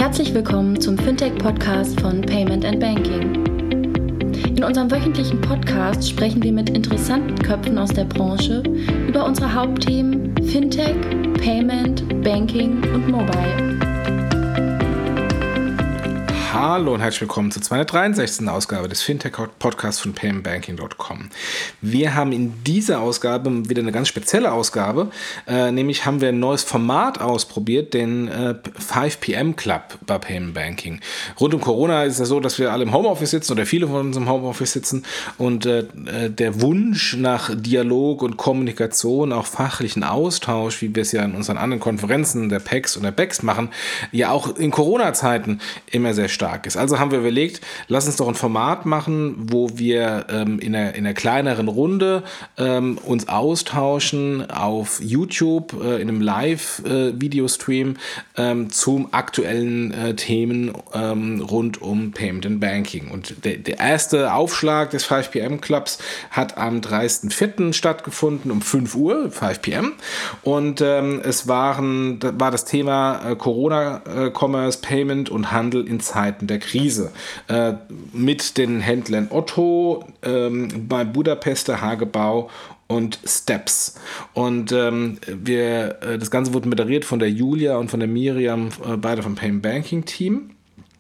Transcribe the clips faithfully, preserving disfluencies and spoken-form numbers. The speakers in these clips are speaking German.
Herzlich willkommen zum Fintech-Podcast von Payment and Banking. In unserem wöchentlichen Podcast sprechen wir mit interessanten Köpfen aus der Branche über unsere Hauptthemen Fintech, Payment, Banking und Mobile. Hallo und herzlich willkommen zur zweihundertdreiundsechzigsten Ausgabe des Fintech-Podcasts von payment banking dot com. Wir haben in dieser Ausgabe wieder eine ganz spezielle Ausgabe, äh, nämlich haben wir ein neues Format ausprobiert, den äh, five P M Club bei Payment Banking. Rund um Corona ist es so, dass wir alle im Homeoffice sitzen oder viele von uns im Homeoffice sitzen und äh, der Wunsch nach Dialog und Kommunikation, auch fachlichen Austausch, wie wir es ja in unseren anderen Konferenzen der P E X und der B E X machen, ja auch in Corona-Zeiten immer sehr stark ist. Also haben wir überlegt, lass uns doch ein Format machen, wo wir ähm, in, einer, in einer kleineren Runde ähm, uns austauschen auf YouTube äh, in einem Live-Videostream äh, ähm, zum aktuellen äh, Themen ähm, rund um Payment and Banking. Und der, der erste Aufschlag des five P M Clubs hat am dreißigsten vierten stattgefunden um fünf Uhr, five P M. Und ähm, es waren, war das Thema äh, Corona-Commerce, äh, Payment und Handel in Zeiten der Krise äh, mit den Händlern Otto, ähm, bei Budapester Hagebau und Steps. Und ähm, wir, äh, das Ganze wurde moderiert von der Julia und von der Miriam, äh, beide vom Payment Banking Team.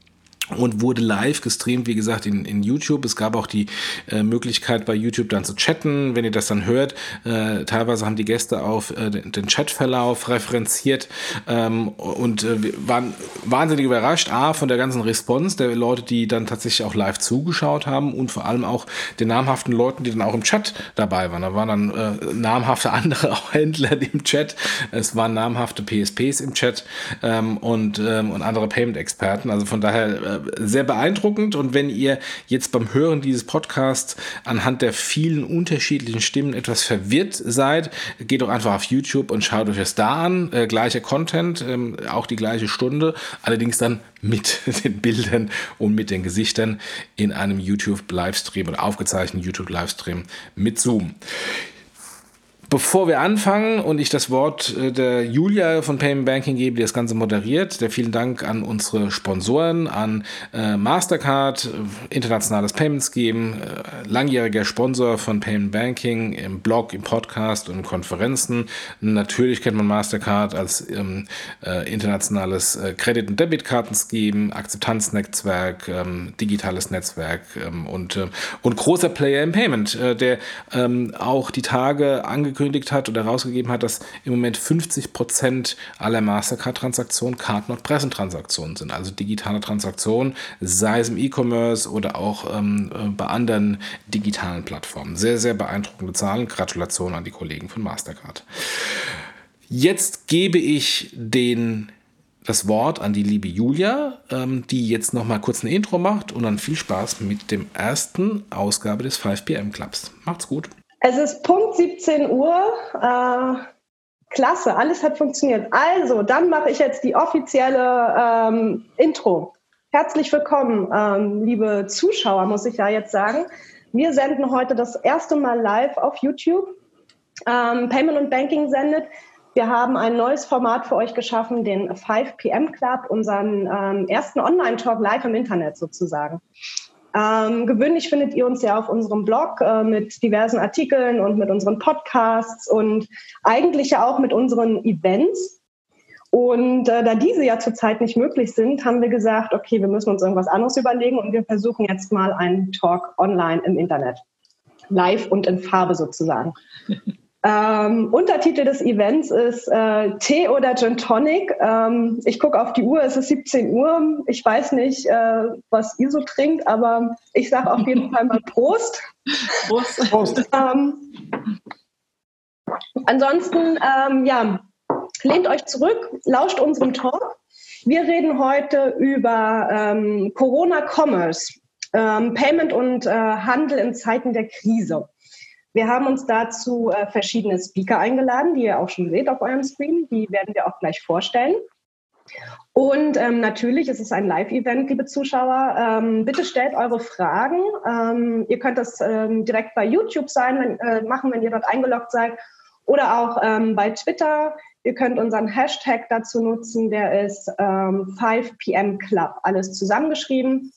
Und wurde live gestreamt, wie gesagt, in, in YouTube. Es gab auch die äh, Möglichkeit, bei YouTube dann zu chatten, wenn ihr das dann hört. Äh, teilweise haben die Gäste auf äh, den, den Chatverlauf referenziert ähm, und äh, wir waren wahnsinnig überrascht, A, von der ganzen Response der Leute, die dann tatsächlich auch live zugeschaut haben und vor allem auch den namhaften Leuten, die dann auch im Chat dabei waren. Da waren dann äh, namhafte andere auch Händler im Chat. Es waren namhafte P S Ps im Chat ähm, und, ähm, und andere Payment-Experten. Also von daher äh, sehr beeindruckend, und wenn ihr jetzt beim Hören dieses Podcasts anhand der vielen unterschiedlichen Stimmen etwas verwirrt seid, geht doch einfach auf YouTube und schaut euch das da an. Äh, gleicher Content, ähm, auch die gleiche Stunde, allerdings dann mit den Bildern und mit den Gesichtern in einem YouTube-Livestream oder aufgezeichneten YouTube-Livestream mit Zoom. Bevor wir anfangen und ich das Wort der Julia von Payment Banking gebe, die das Ganze moderiert, der vielen Dank an unsere Sponsoren, an äh, Mastercard, internationales Payment Scheme, äh, langjähriger Sponsor von Payment Banking im Blog, im Podcast und in Konferenzen. Natürlich kennt man Mastercard als ähm, äh, internationales äh, Credit- und Debitkartenscheme, Akzeptanznetzwerk, ähm, digitales Netzwerk ähm, und, äh, und großer Player im Payment, äh, der ähm, auch die Tage angekündigt hat oder herausgegeben hat, dass im Moment fünfzig Prozent aller Mastercard-Transaktionen Card-Not-Present-Transaktionen sind, also digitale Transaktionen, sei es im E-Commerce oder auch ähm, bei anderen digitalen Plattformen. Sehr, sehr beeindruckende Zahlen. Gratulation an die Kollegen von Mastercard. Jetzt gebe ich den das Wort an die liebe Julia, ähm, die jetzt noch mal kurz ein Intro macht, und dann viel Spaß mit dem ersten Ausgabe des five P M Clubs. Macht's gut. Es ist Punkt siebzehn Uhr. Äh, klasse, alles hat funktioniert. Also, dann mache ich jetzt die offizielle ähm, Intro. Herzlich willkommen, ähm, liebe Zuschauer, muss ich ja jetzt sagen. Wir senden heute das erste Mal live auf YouTube. Ähm, Payment und Banking sendet. Wir haben ein neues Format für euch geschaffen, den five P M Club, unseren ähm, ersten Online-Talk live im Internet sozusagen. Ähm, gewöhnlich findet ihr uns ja auf unserem Blog äh, mit diversen Artikeln und mit unseren Podcasts und eigentlich ja auch mit unseren Events. Und äh, da diese ja zurzeit nicht möglich sind, haben wir gesagt, okay, wir müssen uns irgendwas anderes überlegen, und wir versuchen jetzt mal einen Talk online im Internet. Live und in Farbe sozusagen. Ähm, Untertitel des Events ist äh, Tee oder Gin Tonic. Ähm, ich gucke auf die Uhr, es ist siebzehn Uhr. Ich weiß nicht, äh, was ihr so trinkt, aber ich sage auf jeden Fall mal Prost. Prost. Prost. Ähm, ansonsten, ähm, ja, lehnt euch zurück, lauscht unserem Talk. Wir reden heute über ähm, Corona-Commerce, ähm, Payment und äh, Handel in Zeiten der Krise. Wir haben uns dazu äh, verschiedene Speaker eingeladen, die ihr auch schon seht auf eurem Screen. Die werden wir auch gleich vorstellen. Und ähm, natürlich ist es ein Live-Event, liebe Zuschauer. Ähm, bitte stellt eure Fragen. Ähm, ihr könnt das ähm, direkt bei YouTube sein, wenn, äh, machen, wenn ihr dort eingeloggt seid. Oder auch ähm, bei Twitter. Ihr könnt unseren Hashtag dazu nutzen, der ist ähm, five p m club, alles zusammengeschrieben.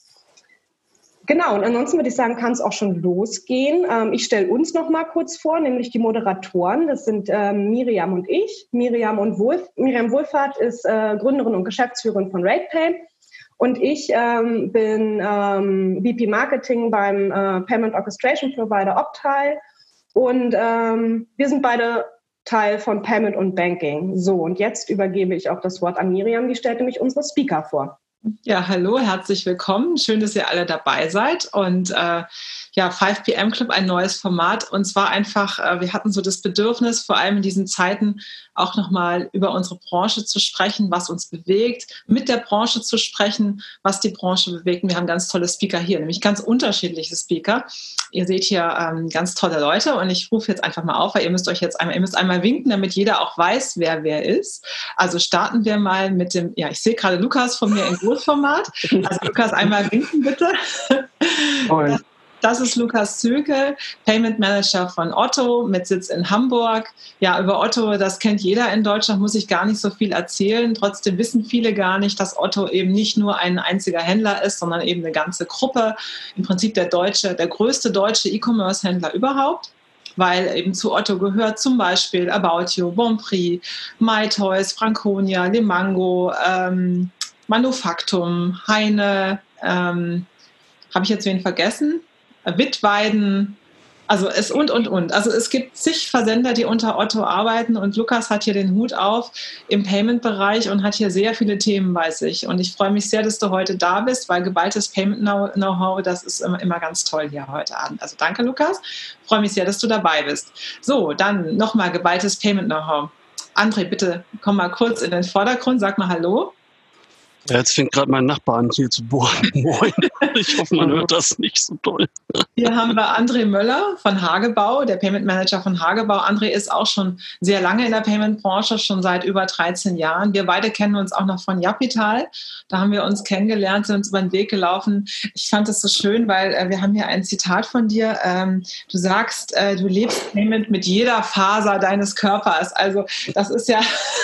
Genau, und ansonsten würde ich sagen, kann es auch schon losgehen. Ähm, ich stelle uns noch mal kurz vor, nämlich die Moderatoren. Das sind ähm, Miriam und ich. Miriam, und Wohlf- Miriam Wohlfahrt ist äh, Gründerin und Geschäftsführerin von RatePay. Und ich ähm, bin ähm, V P Marketing beim äh, Payment Orchestration Provider Optile. Und ähm, wir sind beide Teil von Payment und Banking. So, und jetzt übergebe ich auch das Wort an Miriam. Die stellt nämlich unsere Speaker vor. Ja, hallo, herzlich willkommen. Schön, dass ihr alle dabei seid. Und äh, ja, five p m Club, ein neues Format. Und zwar einfach, äh, wir hatten so das Bedürfnis, vor allem in diesen Zeiten auch nochmal über unsere Branche zu sprechen, was uns bewegt, mit der Branche zu sprechen, was die Branche bewegt. Und wir haben ganz tolle Speaker hier, nämlich ganz unterschiedliche Speaker. Ihr seht hier ähm, ganz tolle Leute und ich rufe jetzt einfach mal auf, weil ihr müsst euch jetzt einmal, ihr müsst einmal winken, damit jeder auch weiß, wer wer ist. Also starten wir mal mit dem, ja, ich sehe gerade Lukas von mir in Großformat. Also Lukas, einmal winken bitte. Moin. Das ist Lukas Zügel, Payment Manager von Otto mit Sitz in Hamburg. Ja, über Otto, das kennt jeder in Deutschland, muss ich gar nicht so viel erzählen. Trotzdem wissen viele gar nicht, dass Otto eben nicht nur ein einziger Händler ist, sondern eben eine ganze Gruppe. Im Prinzip der deutsche, der größte deutsche E-Commerce-Händler überhaupt. Weil eben zu Otto gehört zum Beispiel About You, Bonprix, MyToys, Franconia, Limango, ähm, Manufaktum, Heine, ähm, habe ich jetzt wen vergessen? Wittweiden, also es und, und, und. Also es gibt zig Versender, die unter Otto arbeiten und Lukas hat hier den Hut auf im Payment-Bereich und hat hier sehr viele Themen bei sich. Und ich freue mich sehr, dass du heute da bist, weil geballtes Payment-Know-how, das ist immer, immer ganz toll hier heute Abend. Also danke, Lukas. Ich freue mich sehr, dass du dabei bist. So, dann nochmal geballtes Payment-Know-how. André, bitte komm mal kurz in den Vordergrund, sag mal Hallo. Ja, jetzt fängt gerade mein Nachbar an hier zu bohren. Moin. Ich hoffe, man hört das nicht so toll. Hier haben wir André Möller von Hagebau, der Payment Manager von Hagebau. André ist auch schon sehr lange in der Payment-Branche, schon seit über dreizehn Jahren. Wir beide kennen uns auch noch von Japital. Da haben wir uns kennengelernt, sind uns über den Weg gelaufen. Ich fand das so schön, weil äh, wir haben hier ein Zitat von dir. Ähm, du sagst, äh, du lebst Payment mit jeder Faser deines Körpers. Also das ist ja,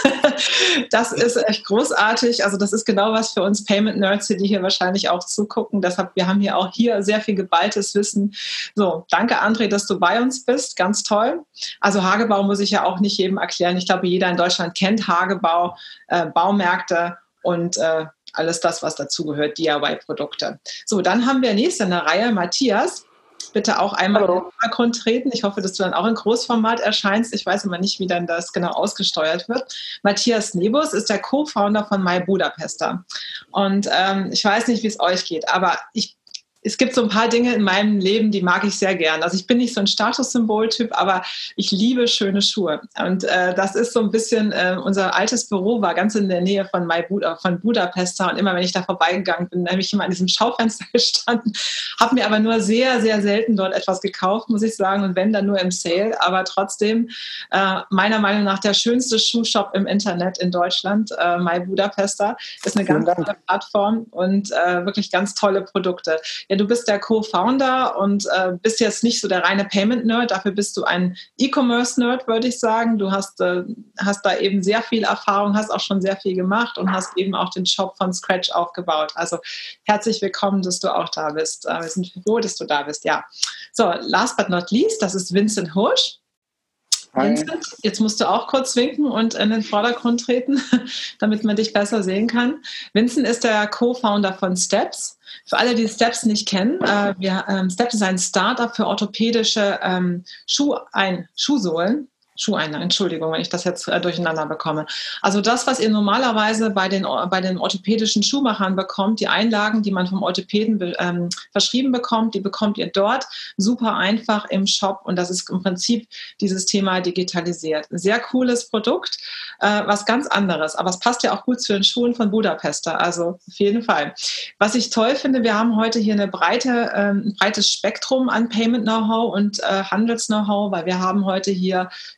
das ist echt großartig. Also das ist genau was für uns Payment-Nerds, die hier wahrscheinlich auch zugucken. Deshalb, wir haben hier auch hier sehr viel geballtes Wissen. So, danke André, dass du bei uns bist. Ganz toll. Also Hagebau muss ich ja auch nicht jedem erklären. Ich glaube, jeder in Deutschland kennt Hagebau, äh, Baumärkte und äh, alles das, was dazugehört, D I Y-Produkte. So, dann haben wir nächste in der Reihe Matthias. Bitte auch einmal Hallo. In den Hintergrund treten. Ich hoffe, dass du dann auch in Großformat erscheinst. Ich weiß immer nicht, wie dann das genau ausgesteuert wird. Matthias Nebus ist der Co-Founder von MyBudapester. Und ähm, ich weiß nicht, wie es euch geht, aber ich es gibt so ein paar Dinge in meinem Leben, die mag ich sehr gern. Also ich bin nicht so ein Statussymbol-Typ, aber ich liebe schöne Schuhe. Und äh, das ist so ein bisschen, äh, unser altes Büro war ganz in der Nähe von, My Buda, von Budapester. Und immer, wenn ich da vorbeigegangen bin, habe ich immer an diesem Schaufenster gestanden, habe mir aber nur sehr, sehr selten dort etwas gekauft, muss ich sagen. Und wenn, dann nur im Sale. Aber trotzdem, äh, meiner Meinung nach, der schönste Schuhshop im Internet in Deutschland, äh, MyBudapester, ist eine ganz tolle Plattform und äh, wirklich ganz tolle Produkte. Ja, du bist der Co-Founder und äh, bist jetzt nicht so der reine Payment-Nerd, dafür bist du ein E-Commerce-Nerd, würde ich sagen. Du hast, äh, hast da eben sehr viel Erfahrung, hast auch schon sehr viel gemacht und hast eben auch den Shop von Scratch aufgebaut. Also herzlich willkommen, dass du auch da bist. Äh, wir sind froh, dass du da bist, ja. So, last but not least, das ist Vincent Hirsch. Vincent, jetzt musst du auch kurz winken und in den Vordergrund treten, damit man dich besser sehen kann. Vincent ist der Co-Founder von Steps. Für alle, die Steps nicht kennen, äh, wir, ähm, Steps ist ein Startup für orthopädische ähm, Schuh ein, Schuhsohlen. Schuheinlagen, Entschuldigung, wenn ich das jetzt äh, durcheinander bekomme. Also das, was ihr normalerweise bei den, bei den orthopädischen Schuhmachern bekommt, die Einlagen, die man vom Orthopäden be, ähm, verschrieben bekommt, die bekommt ihr dort super einfach im Shop und das ist im Prinzip dieses Thema digitalisiert. Ein sehr cooles Produkt, äh, was ganz anderes, aber es passt ja auch gut zu den Schuhen von Budapester, also auf jeden Fall. Was ich toll finde, wir haben heute hier eine breite, ähm, ein breites Spektrum an Payment-Know-how und äh, Handels-Know-how, weil wir haben heute hier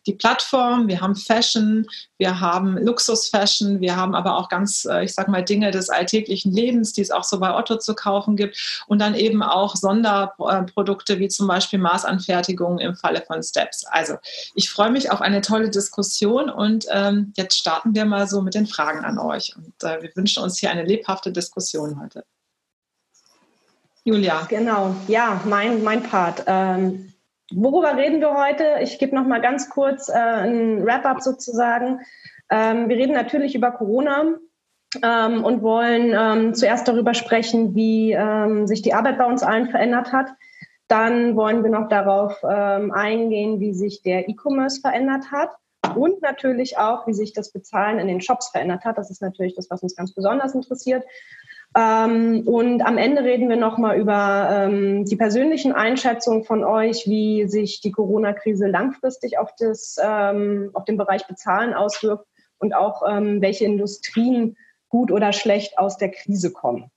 die Plattform, wir haben Fashion, wir haben Luxus-Fashion, wir haben aber auch ganz, ich sag mal, Dinge des alltäglichen Lebens, die es auch so bei Otto zu kaufen gibt und dann eben auch Sonderprodukte wie zum Beispiel Maßanfertigungen im Falle von Steps. Also ich freue mich auf eine tolle Diskussion und ähm, jetzt starten wir mal so mit den Fragen an euch und äh, wir wünschen uns hier eine lebhafte Diskussion heute. Julia. Genau, ja, mein, mein Part. Ähm, worüber reden wir heute? Ich gebe noch mal ganz kurz äh, ein Wrap-up sozusagen. Ähm, wir reden natürlich über Corona ähm, und wollen ähm, zuerst darüber sprechen, wie ähm, sich die Arbeit bei uns allen verändert hat. Dann wollen wir noch darauf ähm, eingehen, wie sich der E-Commerce verändert hat und natürlich auch, wie sich das Bezahlen in den Shops verändert hat. Das ist natürlich das, was uns ganz besonders interessiert. Ähm, und am Ende reden wir nochmal über ähm, die persönlichen Einschätzungen von euch, wie sich die Corona-Krise langfristig auf, das, ähm, auf den Bereich Bezahlen auswirkt und auch ähm, welche Industrien gut oder schlecht aus der Krise kommen.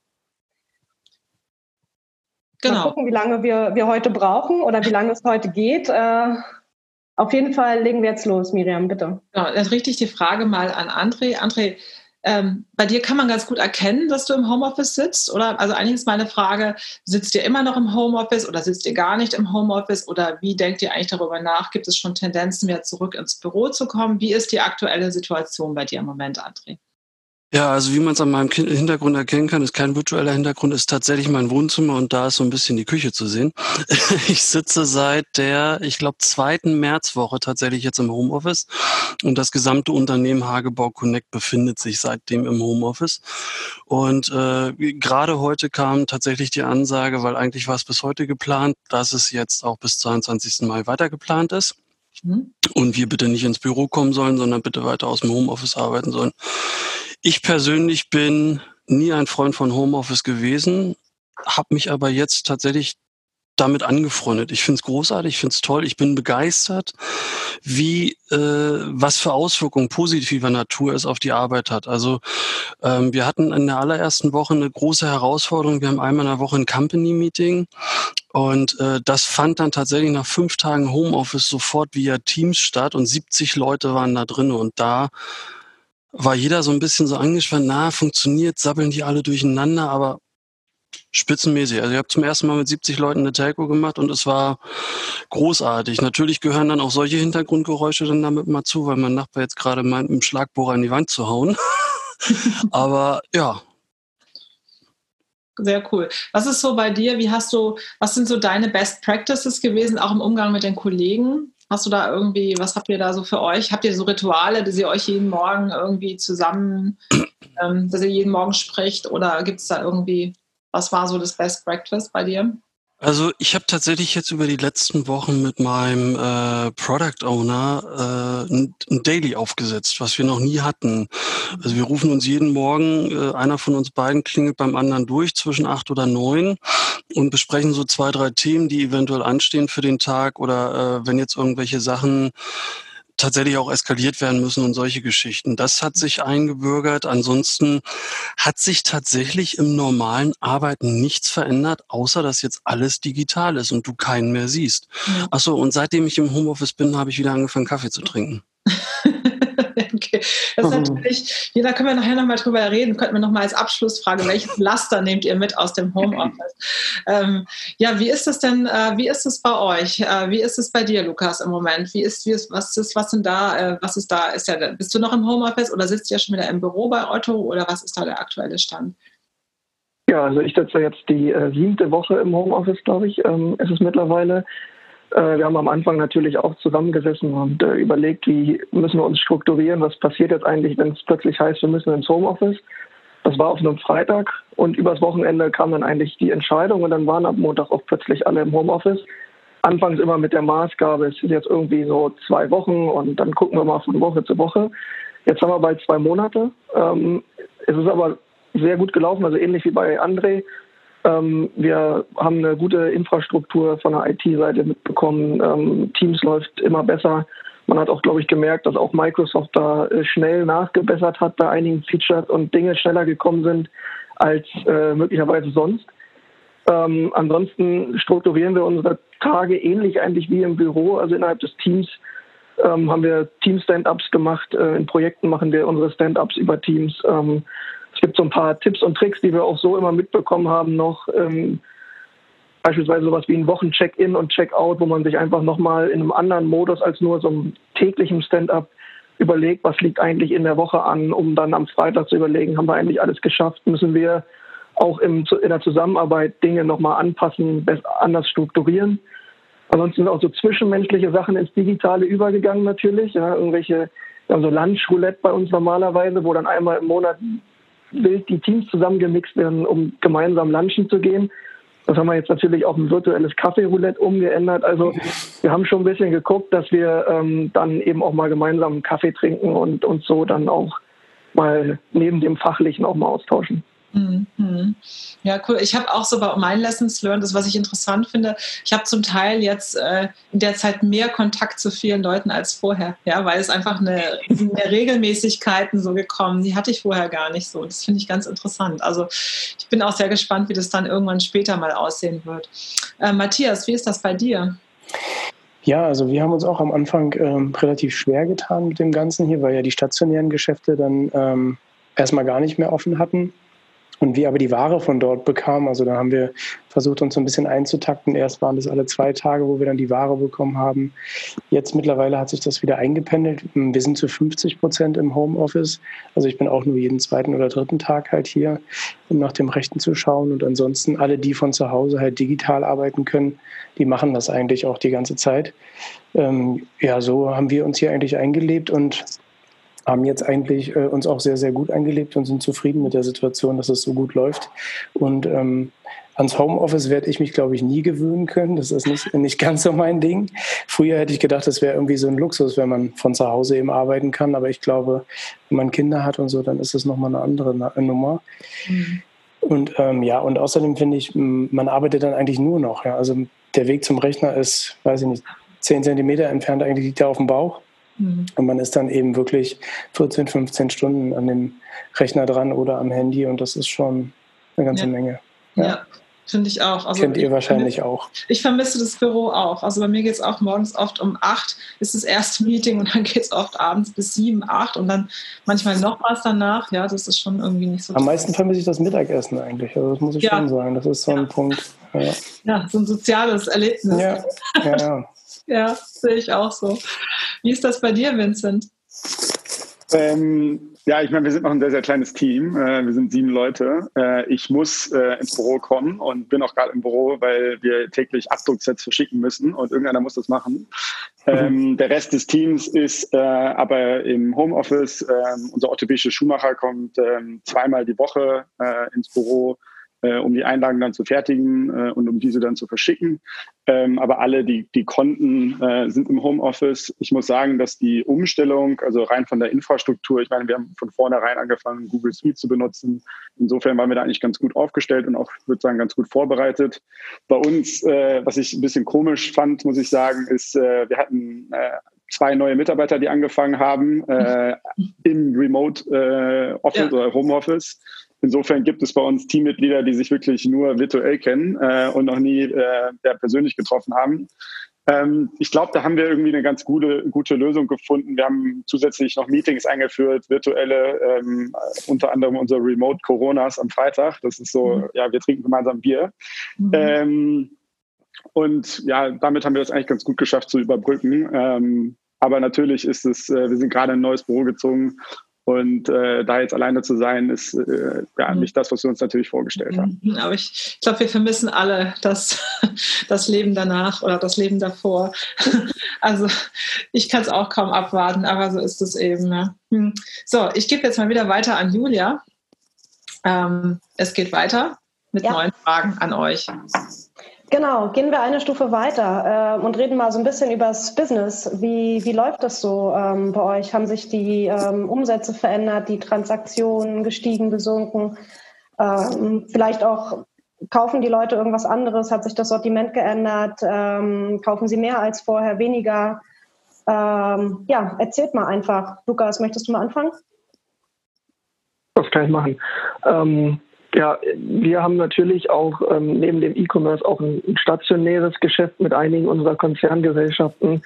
Genau. Mal gucken, wie lange wir, wir heute brauchen oder wie lange es heute geht. Äh, auf jeden Fall legen wir jetzt los, Miriam, bitte. Genau, dann richte ich die Frage mal an André. André, Ähm, bei dir kann man ganz gut erkennen, dass du im Homeoffice sitzt, oder? Also eigentlich ist meine Frage, sitzt ihr immer noch im Homeoffice oder sitzt ihr gar nicht im Homeoffice oder wie denkt ihr eigentlich darüber nach? Gibt es schon Tendenzen, wieder zurück ins Büro zu kommen? Wie ist die aktuelle Situation bei dir im Moment, André? Ja, also wie man es an meinem Hintergrund erkennen kann, ist kein virtueller Hintergrund, ist tatsächlich mein Wohnzimmer und da ist so ein bisschen die Küche zu sehen. Ich sitze seit der, ich glaube, zweiten Märzwoche tatsächlich jetzt im Homeoffice und das gesamte Unternehmen Hagebau Connect befindet sich seitdem im Homeoffice. Und äh, gerade heute kam tatsächlich die Ansage, weil eigentlich war es bis heute geplant, dass es jetzt auch bis zweiundzwanzigsten Mai weiter geplant ist. Und wir bitte nicht ins Büro kommen sollen, sondern bitte weiter aus dem Homeoffice arbeiten sollen. Ich persönlich bin nie ein Freund von Homeoffice gewesen, habe mich aber jetzt tatsächlich damit angefreundet. Ich finde es großartig, ich finde es toll, ich bin begeistert, wie äh, was für Auswirkungen positiver Natur es auf die Arbeit hat. Also ähm, wir hatten in der allerersten Woche eine große Herausforderung. Wir haben einmal in der Woche ein Company-Meeting und äh, das fand dann tatsächlich nach fünf Tagen Homeoffice sofort via Teams statt und siebzig Leute waren da drin und da war jeder so ein bisschen so angespannt, na, funktioniert, sabbeln die alle durcheinander, aber spitzenmäßig. Also ich habe zum ersten Mal mit siebzig Leuten eine Telco gemacht und es war großartig. Natürlich gehören dann auch solche Hintergrundgeräusche dann damit mal zu, weil mein Nachbar jetzt gerade meint, mit dem Schlagbohrer in die Wand zu hauen. Aber ja. Sehr cool. Was ist so bei dir? Wie hast du, was sind so deine Best Practices gewesen, auch im Umgang mit den Kollegen? Hast du da irgendwie, was habt ihr da so für euch? Habt ihr so Rituale, dass ihr euch jeden Morgen irgendwie zusammen, ähm, dass ihr jeden Morgen spricht? Oder gibt es da irgendwie, was war so das Best Practice bei dir? Also ich habe tatsächlich jetzt über die letzten Wochen mit meinem äh, Product Owner äh, ein, ein Daily aufgesetzt, was wir noch nie hatten. Also wir rufen uns jeden Morgen, äh, einer von uns beiden klingelt beim anderen durch zwischen acht oder neun und besprechen so zwei, drei Themen, die eventuell anstehen für den Tag oder äh, wenn jetzt irgendwelche Sachen tatsächlich auch eskaliert werden müssen und solche Geschichten. Das hat sich eingebürgert. Ansonsten hat sich tatsächlich im normalen Arbeiten nichts verändert, außer dass jetzt alles digital ist und du keinen mehr siehst. Ja. Achso, und seitdem ich im Homeoffice bin, habe ich wieder angefangen, Kaffee zu trinken. Okay, das ist natürlich, hier, da können wir nachher nochmal drüber reden, könnten wir nochmal als Abschlussfrage, welches Laster nehmt ihr mit aus dem Homeoffice? ähm, ja, wie ist das denn, äh, wie ist es bei euch? Äh, wie ist es bei dir, Lukas, im Moment? Wie ist, wie ist, was ist, was sind da, äh, was ist da, ist ja, bist du noch im Homeoffice oder sitzt du ja schon wieder im Büro bei Otto oder was ist da der aktuelle Stand? Ja, also ich sitze jetzt die äh, siebte Woche im Homeoffice, glaube ich, ähm, ist es mittlerweile. Wir haben am Anfang natürlich auch zusammengesessen und äh, überlegt, wie müssen wir uns strukturieren, was passiert jetzt eigentlich, wenn es plötzlich heißt, wir müssen ins Homeoffice. Das war auf einem Freitag und übers Wochenende kam dann eigentlich die Entscheidung und dann waren ab Montag auch plötzlich alle im Homeoffice. Anfangs immer mit der Maßgabe, es sind jetzt irgendwie so zwei Wochen und dann gucken wir mal von Woche zu Woche. Jetzt haben wir bald zwei Monate. Ähm, es ist aber sehr gut gelaufen, also ähnlich wie bei André. Ähm, wir haben eine gute Infrastruktur von der I T-Seite mitbekommen. Ähm, Teams läuft immer besser. Man hat auch, glaube ich, gemerkt, dass auch Microsoft da äh, schnell nachgebessert hat bei einigen Features und Dinge schneller gekommen sind als äh, möglicherweise sonst. Ähm, ansonsten strukturieren wir unsere Tage ähnlich eigentlich wie im Büro. Also innerhalb des Teams ähm, haben wir Team-Stand-Ups gemacht. Äh, in Projekten machen wir unsere Stand-Ups über Teams. Ähm, es gibt so ein paar Tipps und Tricks, die wir auch so immer mitbekommen haben noch. Ähm, beispielsweise sowas wie ein Wochen-Check-In und Check-Out, wo man sich einfach nochmal in einem anderen Modus als nur so einem täglichen Stand-Up überlegt, was liegt eigentlich in der Woche an, um dann am Freitag zu überlegen, haben wir eigentlich alles geschafft, müssen wir auch im, in der Zusammenarbeit Dinge nochmal anpassen, anders strukturieren. Ansonsten sind auch so zwischenmenschliche Sachen ins Digitale übergegangen natürlich. Ja, irgendwelche, wir haben so Lunch-Roulette bei uns normalerweise, wo dann einmal im Monat wild die Teams zusammengemixt werden, um gemeinsam lunchen zu gehen. Das haben wir jetzt natürlich auf ein virtuelles Kaffee-Roulette umgeändert. Also wir haben schon ein bisschen geguckt, dass wir ähm, dann eben auch mal gemeinsam einen Kaffee trinken und uns so dann auch mal neben dem Fachlichen auch mal austauschen. Mhm. Ja, cool. Ich habe auch so bei meinen Lessons learned, das, was ich interessant finde, ich habe zum Teil jetzt äh, in der Zeit mehr Kontakt zu vielen Leuten als vorher, ja, weil es einfach eine, eine Regelmäßigkeiten so gekommen, die hatte ich vorher gar nicht so. Das finde ich ganz interessant. Also ich bin auch sehr gespannt, wie das dann irgendwann später mal aussehen wird. Äh, Matthias, wie ist das bei dir? Ja, also wir haben uns auch am Anfang ähm, relativ schwer getan mit dem Ganzen hier, weil ja die stationären Geschäfte dann ähm, erstmal gar nicht mehr offen hatten. Und wir aber die Ware von dort bekamen, also da haben wir versucht, uns so ein bisschen einzutakten. Erst waren das alle zwei Tage, wo wir dann die Ware bekommen haben. Jetzt mittlerweile hat sich das wieder eingependelt. Wir sind zu fünfzig Prozent im Homeoffice. Also ich bin auch nur jeden zweiten oder dritten Tag halt hier, um nach dem Rechten zu schauen. Und ansonsten alle, die von zu Hause halt digital arbeiten können, die machen das eigentlich auch die ganze Zeit. Ähm, ja, so haben wir uns hier eigentlich eingelebt und haben jetzt eigentlich äh, uns auch sehr, sehr gut eingelebt und sind zufrieden mit der Situation, dass es so gut läuft. Und ähm, ans Homeoffice werde ich mich, glaube ich, nie gewöhnen können. Das ist nicht, nicht ganz so mein Ding. Früher hätte ich gedacht, das wäre irgendwie so ein Luxus, wenn man von zu Hause eben arbeiten kann. Aber ich glaube, wenn man Kinder hat und so, dann ist das nochmal eine andere Na- Nummer. Mhm. Und ähm, ja, und außerdem finde ich, man arbeitet dann eigentlich nur noch. Ja. Also der Weg zum Rechner ist, weiß ich nicht, zehn Zentimeter entfernt, eigentlich liegt er auf dem Bauch. Und man ist dann eben wirklich vierzehn, fünfzehn Stunden an dem Rechner dran oder am Handy und das ist schon eine ganze ja. Menge. Ja, ja, finde ich auch. Also kennt ihr ich, wahrscheinlich auch. Ich vermisse das Büro auch. Also bei mir geht es auch morgens oft um acht, ist das erste Meeting und dann geht es oft abends bis sieben, acht und dann manchmal noch was danach. Ja, das ist schon irgendwie nicht so. Am meisten vermisse ich das Mittagessen eigentlich. Also das muss ich ja. schon sagen. Das ist so ein ja. Punkt. Ja. ja, so ein soziales Erlebnis. Ja, ja, ja. Ja, sehe ich auch so. Wie ist das bei dir, Vincent? Ähm, ja, ich meine, wir sind noch ein sehr, sehr kleines Team. Äh, wir sind sieben Leute. Äh, ich muss äh, ins Büro kommen und bin auch gerade im Büro, weil wir täglich Abdrucksets verschicken müssen und irgendeiner muss das machen. Mhm. Ähm, der Rest des Teams ist äh, aber im Homeoffice. Ähm, unser orthopädischer Schuhmacher kommt ähm, zweimal die Woche äh, ins Büro, Äh, um die Einlagen dann zu fertigen äh, und um diese dann zu verschicken. Ähm, aber alle, die, die konnten, äh, sind im Homeoffice. Ich muss sagen, dass die Umstellung, also rein von der Infrastruktur, ich meine, wir haben von vornherein angefangen, Google Suite zu benutzen. Insofern waren wir da eigentlich ganz gut aufgestellt und auch, ich würde sagen, ganz gut vorbereitet. Bei uns, äh, was ich ein bisschen komisch fand, muss ich sagen, ist, äh, wir hatten äh, zwei neue Mitarbeiter, die angefangen haben äh, im Remote äh, Office ja. oder Homeoffice. Insofern gibt es bei uns Teammitglieder, die sich wirklich nur virtuell kennen äh, und noch nie äh, ja, persönlich getroffen haben. Ähm, ich glaube, da haben wir irgendwie eine ganz gute, gute Lösung gefunden. Wir haben zusätzlich noch Meetings eingeführt, virtuelle, ähm, unter anderem unsere Remote Coronas am Freitag. Das ist so, mhm. ja, wir trinken gemeinsam Bier. Mhm. Ähm, und ja, damit haben wir das eigentlich ganz gut geschafft zu überbrücken. Ähm, aber natürlich ist es, äh, wir sind gerade in ein neues Büro gezogen. Und äh, da jetzt alleine zu sein, ist äh, ja nicht das, was wir uns natürlich vorgestellt haben. Aber ich, ich glaube, wir vermissen alle das, das Leben danach oder das Leben davor. Also ich kann es auch kaum abwarten, aber so ist es eben. Ne? Hm. So, ich gebe jetzt mal wieder weiter an Julia. Ähm, es geht weiter mit ja. neuen Fragen an euch. Genau, gehen wir eine Stufe weiter äh, und reden mal so ein bisschen über das Business. Wie, wie läuft das so ähm, bei euch? Haben sich die ähm, Umsätze verändert, die Transaktionen gestiegen, gesunken? Ähm, vielleicht auch, kaufen die Leute irgendwas anderes? Hat sich das Sortiment geändert? Ähm, kaufen sie mehr als vorher, weniger? Ähm, ja, erzählt mal einfach. Lukas, möchtest du mal anfangen? Das kann ich machen. Ähm Ja, wir haben natürlich auch ähm, neben dem E-Commerce auch ein, ein stationäres Geschäft mit einigen unserer Konzerngesellschaften.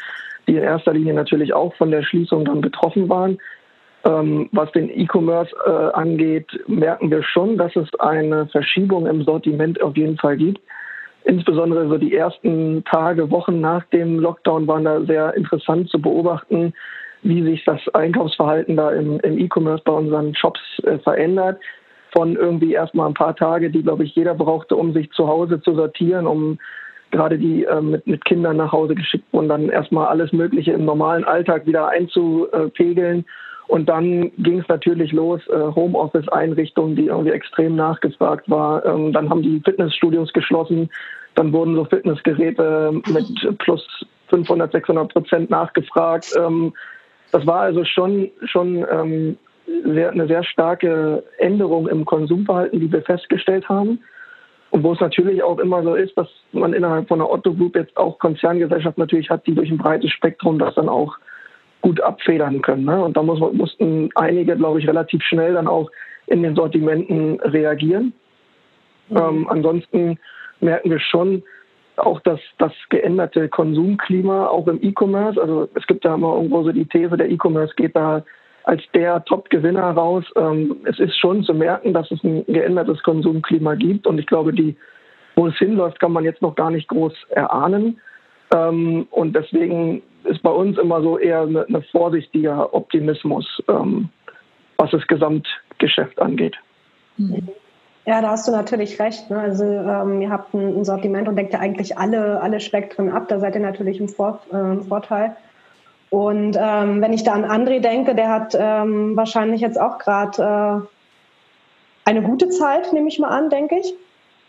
die in erster Linie natürlich auch von der Schließung dann betroffen waren. Ähm, was den E-Commerce äh, angeht, merken wir schon, dass es eine Verschiebung im Sortiment auf jeden Fall gibt. Insbesondere so die ersten Tage, Wochen nach dem Lockdown waren da sehr interessant zu beobachten, wie sich das Einkaufsverhalten da im, im E-Commerce bei unseren Shops äh, verändert. Von irgendwie erstmal ein paar Tage, die, glaube ich, jeder brauchte, um sich zu Hause zu sortieren, um gerade die äh, mit, mit Kindern nach Hause geschickt wurden, dann erstmal alles Mögliche im normalen Alltag wieder einzupegeln. Und dann ging es natürlich los, äh, Homeoffice-Einrichtungen, die irgendwie extrem nachgefragt war. Ähm, dann haben die Fitnessstudios geschlossen. Dann wurden so Fitnessgeräte mit plus fünfhundert, sechshundert Prozent nachgefragt. Ähm, das war also schon, schon ähm, sehr, eine sehr starke Änderung im Konsumverhalten, die wir festgestellt haben. Und wo es natürlich auch immer so ist, dass man innerhalb von der Otto Group jetzt auch Konzerngesellschaft natürlich hat, die durch ein breites Spektrum das dann auch gut abfedern können. Ne? Und da muss, mussten einige, glaube ich, relativ schnell dann auch in den Sortimenten reagieren. Mhm. Ähm, ansonsten merken wir schon auch das, das geänderte Konsumklima auch im E-Commerce. Also es gibt da immer irgendwo so die These, der E-Commerce geht da als der Top-Gewinner raus. Ähm, es ist schon zu merken, dass es ein geändertes Konsumklima gibt. Und ich glaube, die, wo es hinläuft, kann man jetzt noch gar nicht groß erahnen. Ähm, und deswegen ist bei uns immer so eher eine, eine vorsichtiger Optimismus, ähm, was das Gesamtgeschäft angeht. Ja, da hast du natürlich recht. Ne? Also ähm, ihr habt ein, ein Sortiment und deckt ja eigentlich alle, alle Spektren ab. Da seid ihr natürlich im, Vor, äh, im Vorteil. Und ähm, wenn ich da an André denke, der hat ähm, wahrscheinlich jetzt auch gerade äh, eine gute Zeit, nehme ich mal an, denke ich.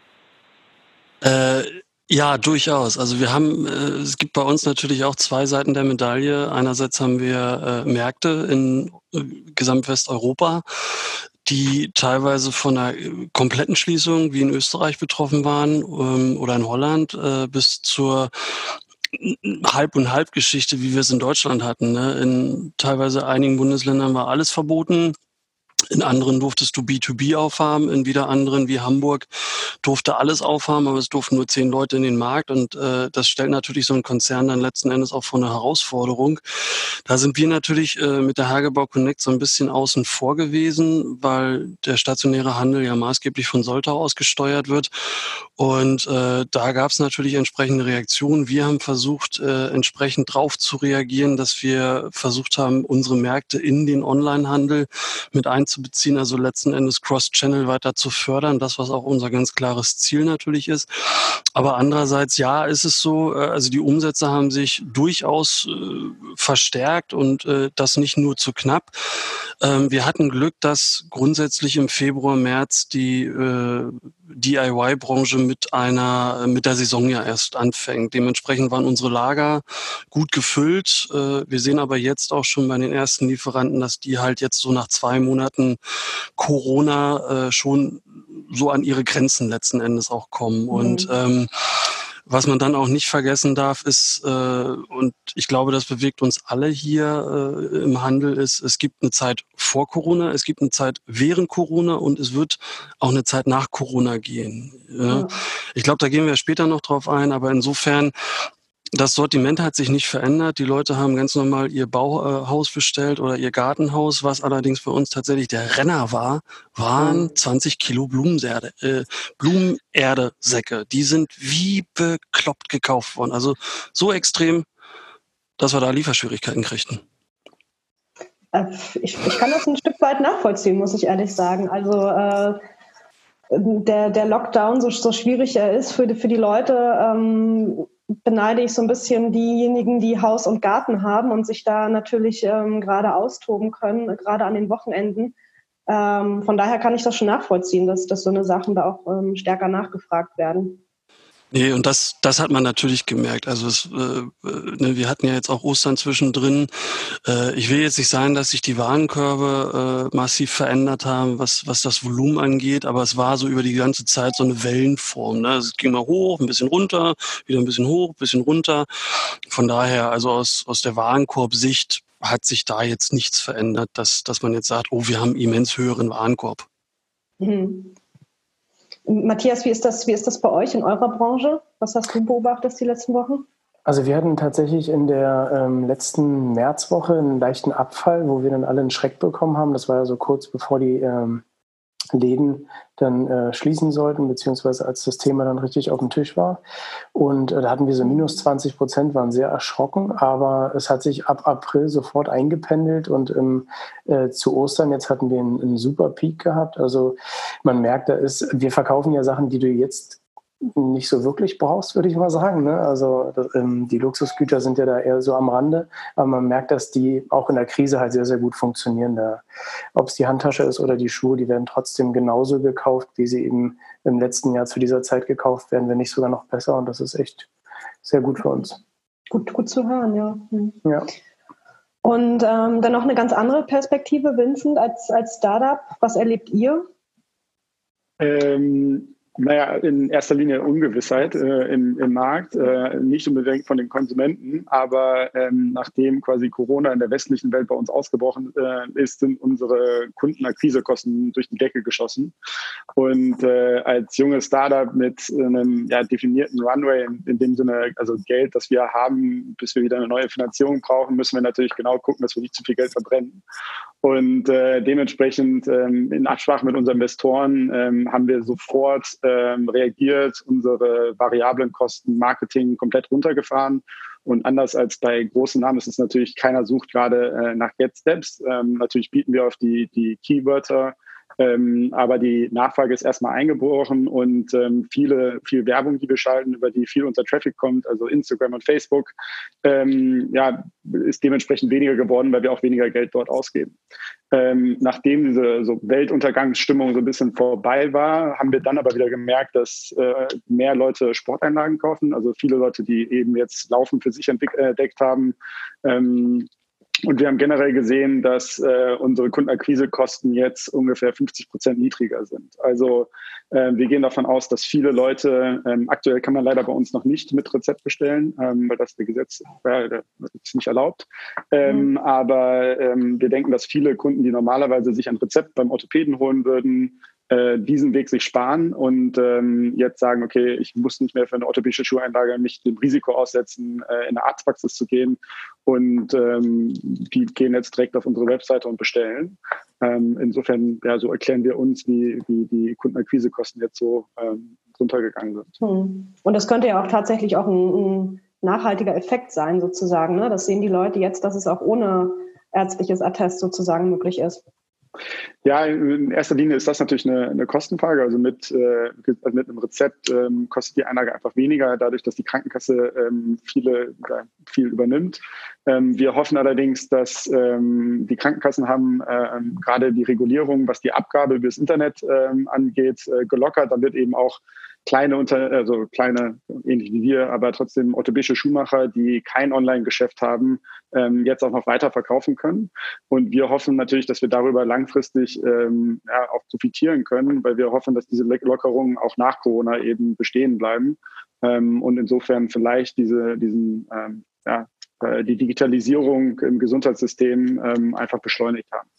Äh, ja, durchaus. Also wir haben, äh, es gibt bei uns natürlich auch zwei Seiten der Medaille. Einerseits haben wir äh, Märkte in äh, Gesamtwesteuropa, die teilweise von einer kompletten Schließung wie in Österreich betroffen waren ähm, oder in Holland äh, bis zur Halb- und Halb-Geschichte, wie wir es in Deutschland hatten. Ne? In teilweise einigen Bundesländern war alles verboten. In anderen durftest du B zwei B aufhaben, in wieder anderen wie Hamburg durfte alles aufhaben, aber es durften nur zehn Leute in den Markt und äh, das stellt natürlich so einen Konzern dann letzten Endes auch vor eine Herausforderung. Da sind wir natürlich äh, mit der Hagebau Connect so ein bisschen außen vor gewesen, weil der stationäre Handel ja maßgeblich von Soltau aus gesteuert wird und äh, da gab es natürlich entsprechende Reaktionen. Wir haben versucht, äh, entsprechend drauf zu reagieren, dass wir versucht haben, unsere Märkte in den Onlinehandel mit einzubeziehen, also letzten Endes Cross-Channel weiter zu fördern, das, was auch unser ganz klares Ziel natürlich ist. Aber andererseits, ja, ist es so, also die Umsätze haben sich durchaus äh, verstärkt und äh, das nicht nur zu knapp. Ähm, wir hatten Glück, dass grundsätzlich im Februar, März die äh, D I Y-Branche mit einer, mit der Saison ja erst anfängt. Dementsprechend waren unsere Lager gut gefüllt. Äh, wir sehen aber jetzt auch schon bei den ersten Lieferanten, dass die halt jetzt so nach zwei Monaten Corona äh, schon so an ihre Grenzen letzten Endes auch kommen. Mhm. Und ähm, was man dann auch nicht vergessen darf, ist, äh, und ich glaube, das bewegt uns alle hier äh, im Handel, ist, es gibt eine Zeit vor Corona, es gibt eine Zeit während Corona und es wird auch eine Zeit nach Corona gehen. Ja? Ja. Ich glaube, da gehen wir später noch drauf ein, aber insofern, das Sortiment hat sich nicht verändert. Die Leute haben ganz normal ihr Bauhaus bestellt oder ihr Gartenhaus. Was allerdings für uns tatsächlich der Renner war, waren zwanzig Kilo Blumenerde, äh, Blumenerdesäcke. Die sind wie bekloppt gekauft worden. Also so extrem, dass wir da Lieferschwierigkeiten kriegten. Ich, ich kann das ein Stück weit nachvollziehen, muss ich ehrlich sagen. Also äh, der, der Lockdown, so, so schwierig er ist für die, für die Leute, ähm, beneide ich so ein bisschen diejenigen, die Haus und Garten haben und sich da natürlich ähm, gerade austoben können, gerade an den Wochenenden. Ähm, von daher kann ich das schon nachvollziehen, dass, dass so eine Sachen da auch ähm, stärker nachgefragt werden. Nee, und das, das hat man natürlich gemerkt. Also es, äh, ne, wir hatten ja jetzt auch Ostern zwischendrin. Äh, ich will jetzt nicht sagen, dass sich die Warenkörbe äh, massiv verändert haben, was, was das Volumen angeht, aber es war so über die ganze Zeit so eine Wellenform. Ne? Es ging mal hoch, ein bisschen runter, wieder ein bisschen hoch, ein bisschen runter. Von daher, also aus, aus der Warenkorb-Sicht hat sich da jetzt nichts verändert, dass, dass man jetzt sagt, oh, wir haben immens höheren Warenkorb. Mhm. Matthias, wie ist das, wie ist das bei euch in eurer Branche? Was hast du beobachtet die letzten Wochen? Also wir hatten tatsächlich in der ähm, letzten Märzwoche einen leichten Abfall, wo wir dann alle einen Schreck bekommen haben. Das war ja so kurz bevor die ähm, Läden dann äh, schließen sollten, beziehungsweise als das Thema dann richtig auf dem Tisch war. Und äh, da hatten wir so minus zwanzig Prozent, waren sehr erschrocken, aber es hat sich ab April sofort eingependelt und ähm, äh, zu Ostern jetzt hatten wir einen, einen super Peak gehabt. Also man merkt, da ist, wir verkaufen ja Sachen, die du jetzt nicht so wirklich brauchst, würde ich mal sagen. Ne? Also das, ähm, die Luxusgüter sind ja da eher so am Rande, aber man merkt, dass die auch in der Krise halt sehr, sehr gut funktionieren. Da, ob es die Handtasche ist oder die Schuhe, die werden trotzdem genauso gekauft, wie sie eben im letzten Jahr zu dieser Zeit gekauft werden, wenn nicht sogar noch besser, und das ist echt sehr gut für uns. Gut, gut zu hören, ja. Mhm. Ja. Und ähm, dann noch eine ganz andere Perspektive, Vincent, als, als Startup. Was erlebt ihr? Ähm Naja, in erster Linie Ungewissheit äh, im, im Markt, äh, nicht unbedingt von den Konsumenten, aber ähm, nachdem quasi Corona in der westlichen Welt bei uns ausgebrochen äh, ist, sind unsere Kundenakquisekosten durch die Decke geschossen. Und äh, als junges Startup mit einem ja, definierten Runway, in, in dem Sinne, also Geld, das wir haben, bis wir wieder eine neue Finanzierung brauchen, müssen wir natürlich genau gucken, dass wir nicht zu viel Geld verbrennen. Und äh, dementsprechend ähm, in Absprache mit unseren Investoren ähm, haben wir sofort ähm, reagiert, unsere variablen Kosten Marketing komplett runtergefahren. Und anders als bei großen Namen ist es natürlich, keiner sucht gerade äh, nach Get Steps. Ähm, natürlich bieten wir auf die, die Keywörter, ähm, aber die Nachfrage ist erstmal eingebrochen und ähm, viele, viel Werbung, die wir schalten, über die viel unser Traffic kommt, also Instagram und Facebook, ähm, ja, ist dementsprechend weniger geworden, weil wir auch weniger Geld dort ausgeben. Ähm, nachdem diese so Weltuntergangsstimmung so ein bisschen vorbei war, haben wir dann aber wieder gemerkt, dass äh, mehr Leute Sporteinlagen kaufen, also viele Leute, die eben jetzt Laufen für sich entdeckt haben. Ähm, Und wir haben generell gesehen, dass äh, unsere Kundenakquisekosten jetzt ungefähr fünfzig Prozent niedriger sind. Also äh, wir gehen davon aus, dass viele Leute, ähm, aktuell kann man leider bei uns noch nicht mit Rezept bestellen, ähm, weil das der Gesetz äh, das ist nicht erlaubt. Ähm, mhm. Aber ähm, wir denken, dass viele Kunden, die normalerweise sich ein Rezept beim Orthopäden holen würden, äh, diesen Weg sich sparen und ähm, jetzt sagen, okay, ich muss nicht mehr für eine orthopädische Schuheinlage mich dem Risiko aussetzen, äh, in eine Arztpraxis zu gehen. Und ähm, die gehen jetzt direkt auf unsere Webseite und bestellen. Ähm, insofern, ja, so erklären wir uns, wie, wie die Kundenakquisekosten jetzt so ähm, runtergegangen sind. Hm. Und das könnte ja auch tatsächlich auch ein, ein nachhaltiger Effekt sein, sozusagen. Ne? Das sehen die Leute jetzt, dass es auch ohne ärztliches Attest sozusagen möglich ist. Ja, in erster Linie ist das natürlich eine, eine Kostenfrage. Also mit, äh, mit einem Rezept ähm, kostet die Einlage einfach weniger, dadurch, dass die Krankenkasse ähm, viele, äh, viel übernimmt. Ähm, wir hoffen allerdings, dass ähm, die Krankenkassen haben äh, gerade die Regulierung, was die Abgabe über das Internet ähm, angeht, äh, gelockert. Dann wird eben auch kleine, Unter also kleine, ähnlich wie wir, aber trotzdem orthopädische Schuhmacher, die kein Online-Geschäft haben, ähm, jetzt auch noch weiter verkaufen können. Und wir hoffen natürlich, dass wir darüber langfristig ähm, ja, auch profitieren können, weil wir hoffen, dass diese Lockerungen auch nach Corona eben bestehen bleiben ähm, und insofern vielleicht diese, diesen, ähm, ja, äh, die Digitalisierung im Gesundheitssystem ähm, einfach beschleunigt haben.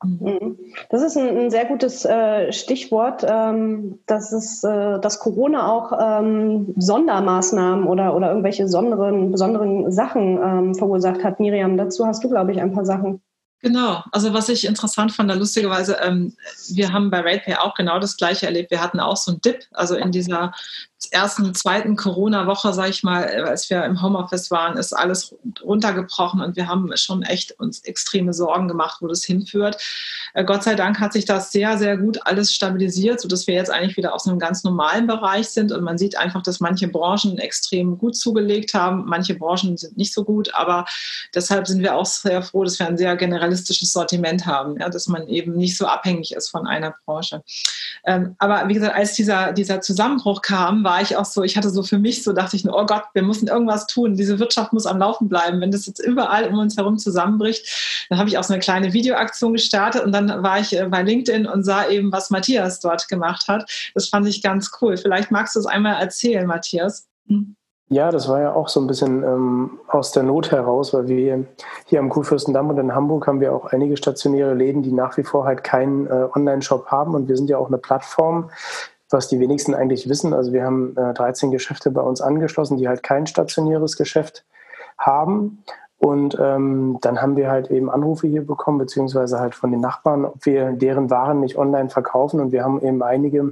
Das ist ein, ein sehr gutes äh, Stichwort, ähm, dass, es, äh, dass Corona auch ähm, Sondermaßnahmen oder, oder irgendwelche besonderen, besonderen Sachen ähm, verursacht hat. Miriam, dazu hast du, glaube ich, ein paar Sachen. Genau, also was ich interessant fand, da lustigerweise, ähm, wir haben bei RatePay auch genau das Gleiche erlebt. Wir hatten auch so einen Dip, also in dieser ersten, zweiten Corona-Woche, sage ich mal, als wir im Homeoffice waren, ist alles runtergebrochen und wir haben schon echt uns extreme Sorgen gemacht, wo das hinführt. Äh, Gott sei Dank hat sich das sehr, sehr gut alles stabilisiert, sodass wir jetzt eigentlich wieder auf so einem ganz normalen Bereich sind und man sieht einfach, dass manche Branchen extrem gut zugelegt haben, manche Branchen sind nicht so gut, aber deshalb sind wir auch sehr froh, dass wir ein sehr generalistisches Sortiment haben, ja, dass man eben nicht so abhängig ist von einer Branche. Ähm, aber wie gesagt, als dieser, dieser Zusammenbruch kam, war ich auch so, ich hatte so für mich so, dachte ich, oh Gott, wir müssen irgendwas tun, diese Wirtschaft muss am Laufen bleiben, wenn das jetzt überall um uns herum zusammenbricht. Dann habe ich auch so eine kleine Videoaktion gestartet und dann war ich bei LinkedIn und sah eben, was Matthias dort gemacht hat. Das fand ich ganz cool. Vielleicht magst du es einmal erzählen, Matthias. Hm. Ja, das war ja auch so ein bisschen ähm, aus der Not heraus, weil wir hier am Kurfürstendamm und in Hamburg haben wir auch einige stationäre Läden, die nach wie vor halt keinen äh, Online-Shop haben und wir sind ja auch eine Plattform, was die wenigsten eigentlich wissen. Also wir haben äh, dreizehn Geschäfte bei uns angeschlossen, die halt kein stationäres Geschäft haben. Und ähm, dann haben wir halt eben Anrufe hier bekommen, beziehungsweise halt von den Nachbarn, ob wir deren Waren nicht online verkaufen. Und wir haben eben einige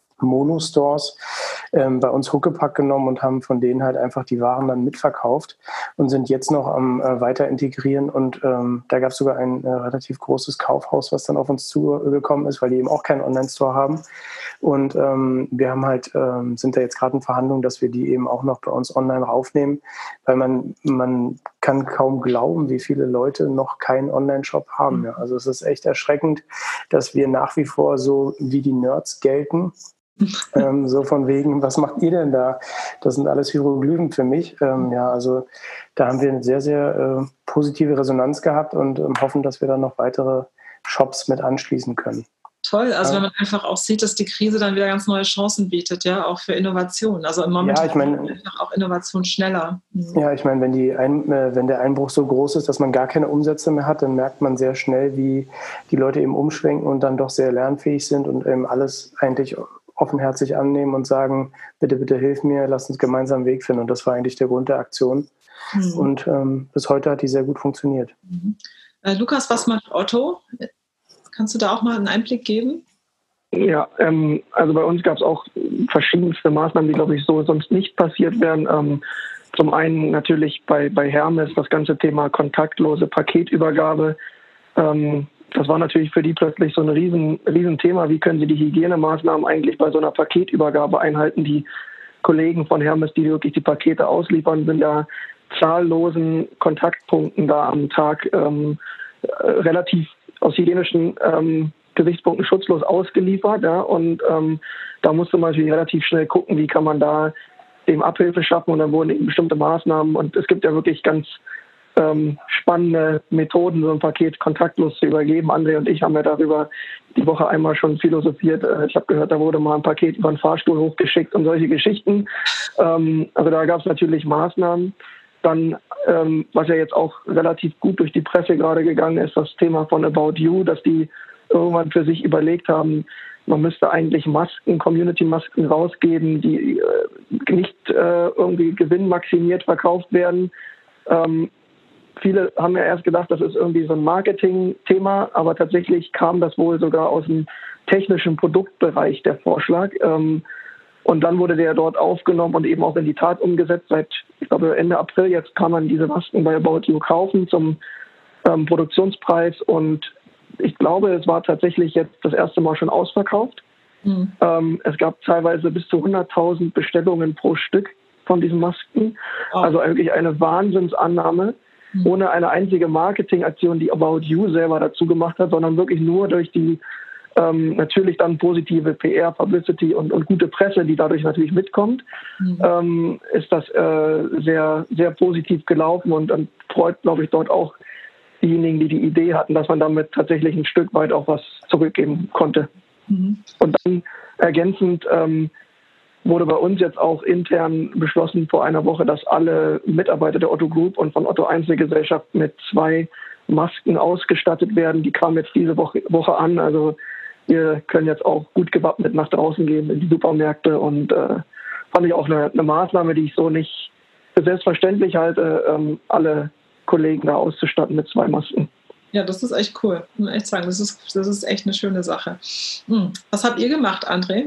Monostores ähm, bei uns Huckepack genommen und haben von denen halt einfach die Waren dann mitverkauft und sind jetzt noch am äh, weiter integrieren. Und ähm, da gab es sogar ein äh, relativ großes Kaufhaus, was dann auf uns zugekommen ist, weil die eben auch keinen Online-Store haben. Und ähm, wir haben halt, ähm, sind da jetzt gerade in Verhandlungen, dass wir die eben auch noch bei uns online raufnehmen, weil man, man kann kaum glauben, wie viele Leute noch keinen Online-Shop haben. Ja. Also es ist echt erschreckend, dass wir nach wie vor so wie die Nerds gelten. ähm, so von wegen, was macht ihr denn da? Das sind alles Hieroglyphen für mich. Ähm, ja, also da haben wir eine sehr, sehr äh, positive Resonanz gehabt und ähm, hoffen, dass wir dann noch weitere Shops mit anschließen können. Toll, also ja. wenn man einfach auch sieht, dass die Krise dann wieder ganz neue Chancen bietet, ja, auch für Innovation. Also im Moment ja, ich mein, einfach auch Innovation schneller. Mhm. Ja, ich meine, wenn, die Ein- äh, wenn der Einbruch so groß ist, dass man gar keine Umsätze mehr hat, dann merkt man sehr schnell, wie die Leute eben umschwenken und dann doch sehr lernfähig sind und eben alles eigentlich offenherzig annehmen und sagen, bitte, bitte hilf mir, lass uns gemeinsam einen Weg finden. Und das war eigentlich der Grund der Aktion. Mhm. Und ähm, bis heute hat die sehr gut funktioniert. Mhm. Äh, Lukas, was macht Otto? Kannst du da auch mal einen Einblick geben? Ja, ähm, also bei uns gab es auch verschiedenste Maßnahmen, die, glaube ich, so sonst nicht passiert wären. Ähm, zum einen natürlich bei, bei Hermes das ganze Thema kontaktlose Paketübergabe. Ähm, das war natürlich für die plötzlich so ein riesen, riesen Thema. Wie können sie die Hygienemaßnahmen eigentlich bei so einer Paketübergabe einhalten? Die Kollegen von Hermes, die wirklich die Pakete ausliefern, sind ja zahllosen Kontaktpunkten da am Tag ähm, relativ aus hygienischen ähm, Gesichtspunkten schutzlos ausgeliefert. Ja, und ähm, da musste man natürlich relativ schnell gucken, wie kann man da eben Abhilfe schaffen. Und dann wurden eben bestimmte Maßnahmen. Und es gibt ja wirklich ganz ähm, spannende Methoden, so ein Paket kontaktlos zu übergeben. André und ich haben ja darüber die Woche einmal schon philosophiert. Äh, ich habe gehört, da wurde mal ein Paket über einen Fahrstuhl hochgeschickt und solche Geschichten. Ähm, also da gab es natürlich Maßnahmen. Dann, ähm, was ja jetzt auch relativ gut durch die Presse gerade gegangen ist, das Thema von About You, dass die irgendwann für sich überlegt haben, man müsste eigentlich Masken, Community-Masken rausgeben, die äh, nicht äh, irgendwie gewinnmaximiert verkauft werden. Ähm, viele haben ja erst gedacht, das ist irgendwie so ein Marketing-Thema, aber tatsächlich kam das wohl sogar aus dem technischen Produktbereich, der Vorschlag. Ähm, Und dann wurde der dort aufgenommen und eben auch in die Tat umgesetzt. Seit, ich glaube, Ende April jetzt kann man diese Masken bei About You kaufen zum ähm, Produktionspreis. Und ich glaube, es war tatsächlich jetzt das erste Mal schon ausverkauft. Mhm. Ähm, es gab teilweise bis zu hunderttausend Bestellungen pro Stück von diesen Masken. Oh. Also eigentlich eine Wahnsinnsannahme, mhm. ohne eine einzige Marketingaktion, die About You selber dazu gemacht hat, sondern wirklich nur durch die Ähm, natürlich dann positive P R, Publicity und, und gute Presse, die dadurch natürlich mitkommt, mhm. ähm, ist das äh, sehr, sehr positiv gelaufen und dann freut, glaube ich, dort auch diejenigen, die die Idee hatten, dass man damit tatsächlich ein Stück weit auch was zurückgeben konnte. Mhm. Und dann ergänzend ähm, wurde bei uns jetzt auch intern beschlossen vor einer Woche, dass alle Mitarbeiter der Otto Group und von Otto Einzelgesellschaft mit zwei Masken ausgestattet werden. Die kamen jetzt diese Woche, Woche an, also wir können jetzt auch gut gewappnet nach draußen gehen in die Supermärkte und äh, fand ich auch eine, eine Maßnahme, die ich so nicht für selbstverständlich halte, ähm, alle Kollegen da auszustatten mit zwei Masken. Ja, das ist echt cool. Ich muss echt sagen, das ist, das ist echt eine schöne Sache. Hm. Was habt ihr gemacht, André?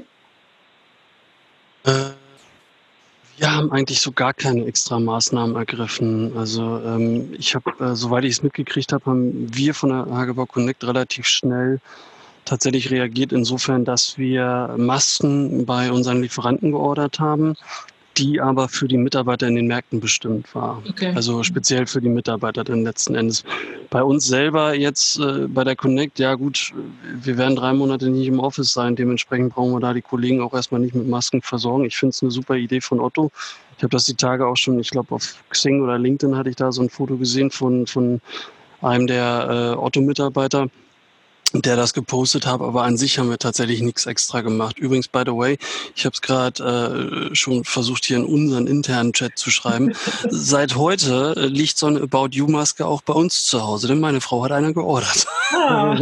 Äh, wir haben eigentlich so gar keine extra Maßnahmen ergriffen. Also ähm, ich habe, äh, soweit ich es mitgekriegt habe, haben wir von der Hagebau Connect relativ schnell tatsächlich reagiert, insofern, dass wir Masken bei unseren Lieferanten geordert haben, die aber für die Mitarbeiter in den Märkten bestimmt war. Okay. Also speziell für die Mitarbeiter dann letzten Endes. Bei uns selber jetzt äh, bei der Connect, ja gut, wir werden drei Monate nicht im Office sein, dementsprechend brauchen wir da die Kollegen auch erstmal nicht mit Masken versorgen. Ich finde es eine super Idee von Otto. Ich habe das die Tage auch schon, ich glaube auf Xing oder LinkedIn hatte ich da so ein Foto gesehen von, von einem der äh, Otto-Mitarbeiter. der das gepostet hat, aber an sich haben wir tatsächlich nichts extra gemacht. Übrigens, by the way, ich habe es gerade äh, schon versucht, hier in unseren internen Chat zu schreiben. Seit heute äh, liegt so eine About You-Maske auch bei uns zu Hause, denn meine Frau hat eine geordert. Ah.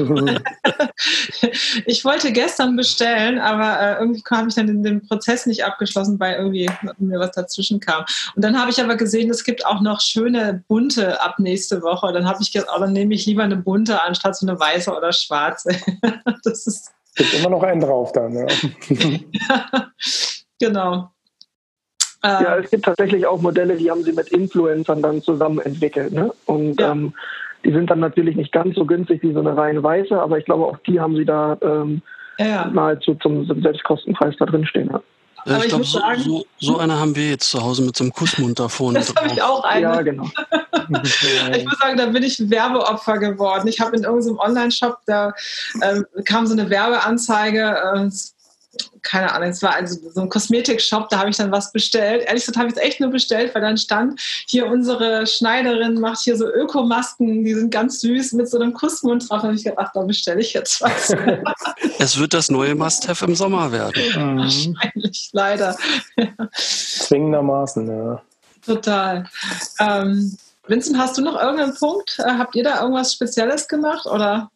Ich wollte gestern bestellen, aber äh, irgendwie habe ich dann den, den Prozess nicht abgeschlossen, weil irgendwie mir was dazwischen kam. Und dann habe ich aber gesehen, es gibt auch noch schöne bunte ab nächste Woche. Dann habe ich gedacht, oh, dann nehme ich lieber eine bunte anstatt so eine weiße oder schwarze. Das ist gibt immer noch einen drauf dann. Ja. Ja, genau. Ja, es gibt tatsächlich auch Modelle, die haben sie mit Influencern dann zusammen entwickelt. Ne? Und ja. ähm, die sind dann natürlich nicht ganz so günstig wie so eine rein weiße, aber ich glaube, auch die haben sie da ähm, ja. nahezu zum Selbstkostenpreis da drin stehen. Ja. Ja, ich, ich glaube, so, so, so eine haben wir jetzt zu Hause mit so einem Kussmund da vorne. Das habe ich auch eine. Ja, genau. Ich muss sagen, da bin ich Werbeopfer geworden. Ich habe in irgendeinem Online-Shop, da ähm, kam so eine Werbeanzeige, äh, keine Ahnung, es war also so ein Kosmetik-Shop, da habe ich dann was bestellt. Ehrlich gesagt habe ich es echt nur bestellt, weil dann stand, hier unsere Schneiderin macht hier so Ökomasken, die sind ganz süß mit so einem Kussmund drauf. Da habe ich gedacht, da bestelle ich jetzt was. Es wird das neue Must-Have im Sommer werden. Wahrscheinlich, leider. Zwingendermaßen, ja. Total. Ähm, Vincent, hast du noch irgendeinen Punkt? Äh, habt ihr da irgendwas Spezielles gemacht, oder?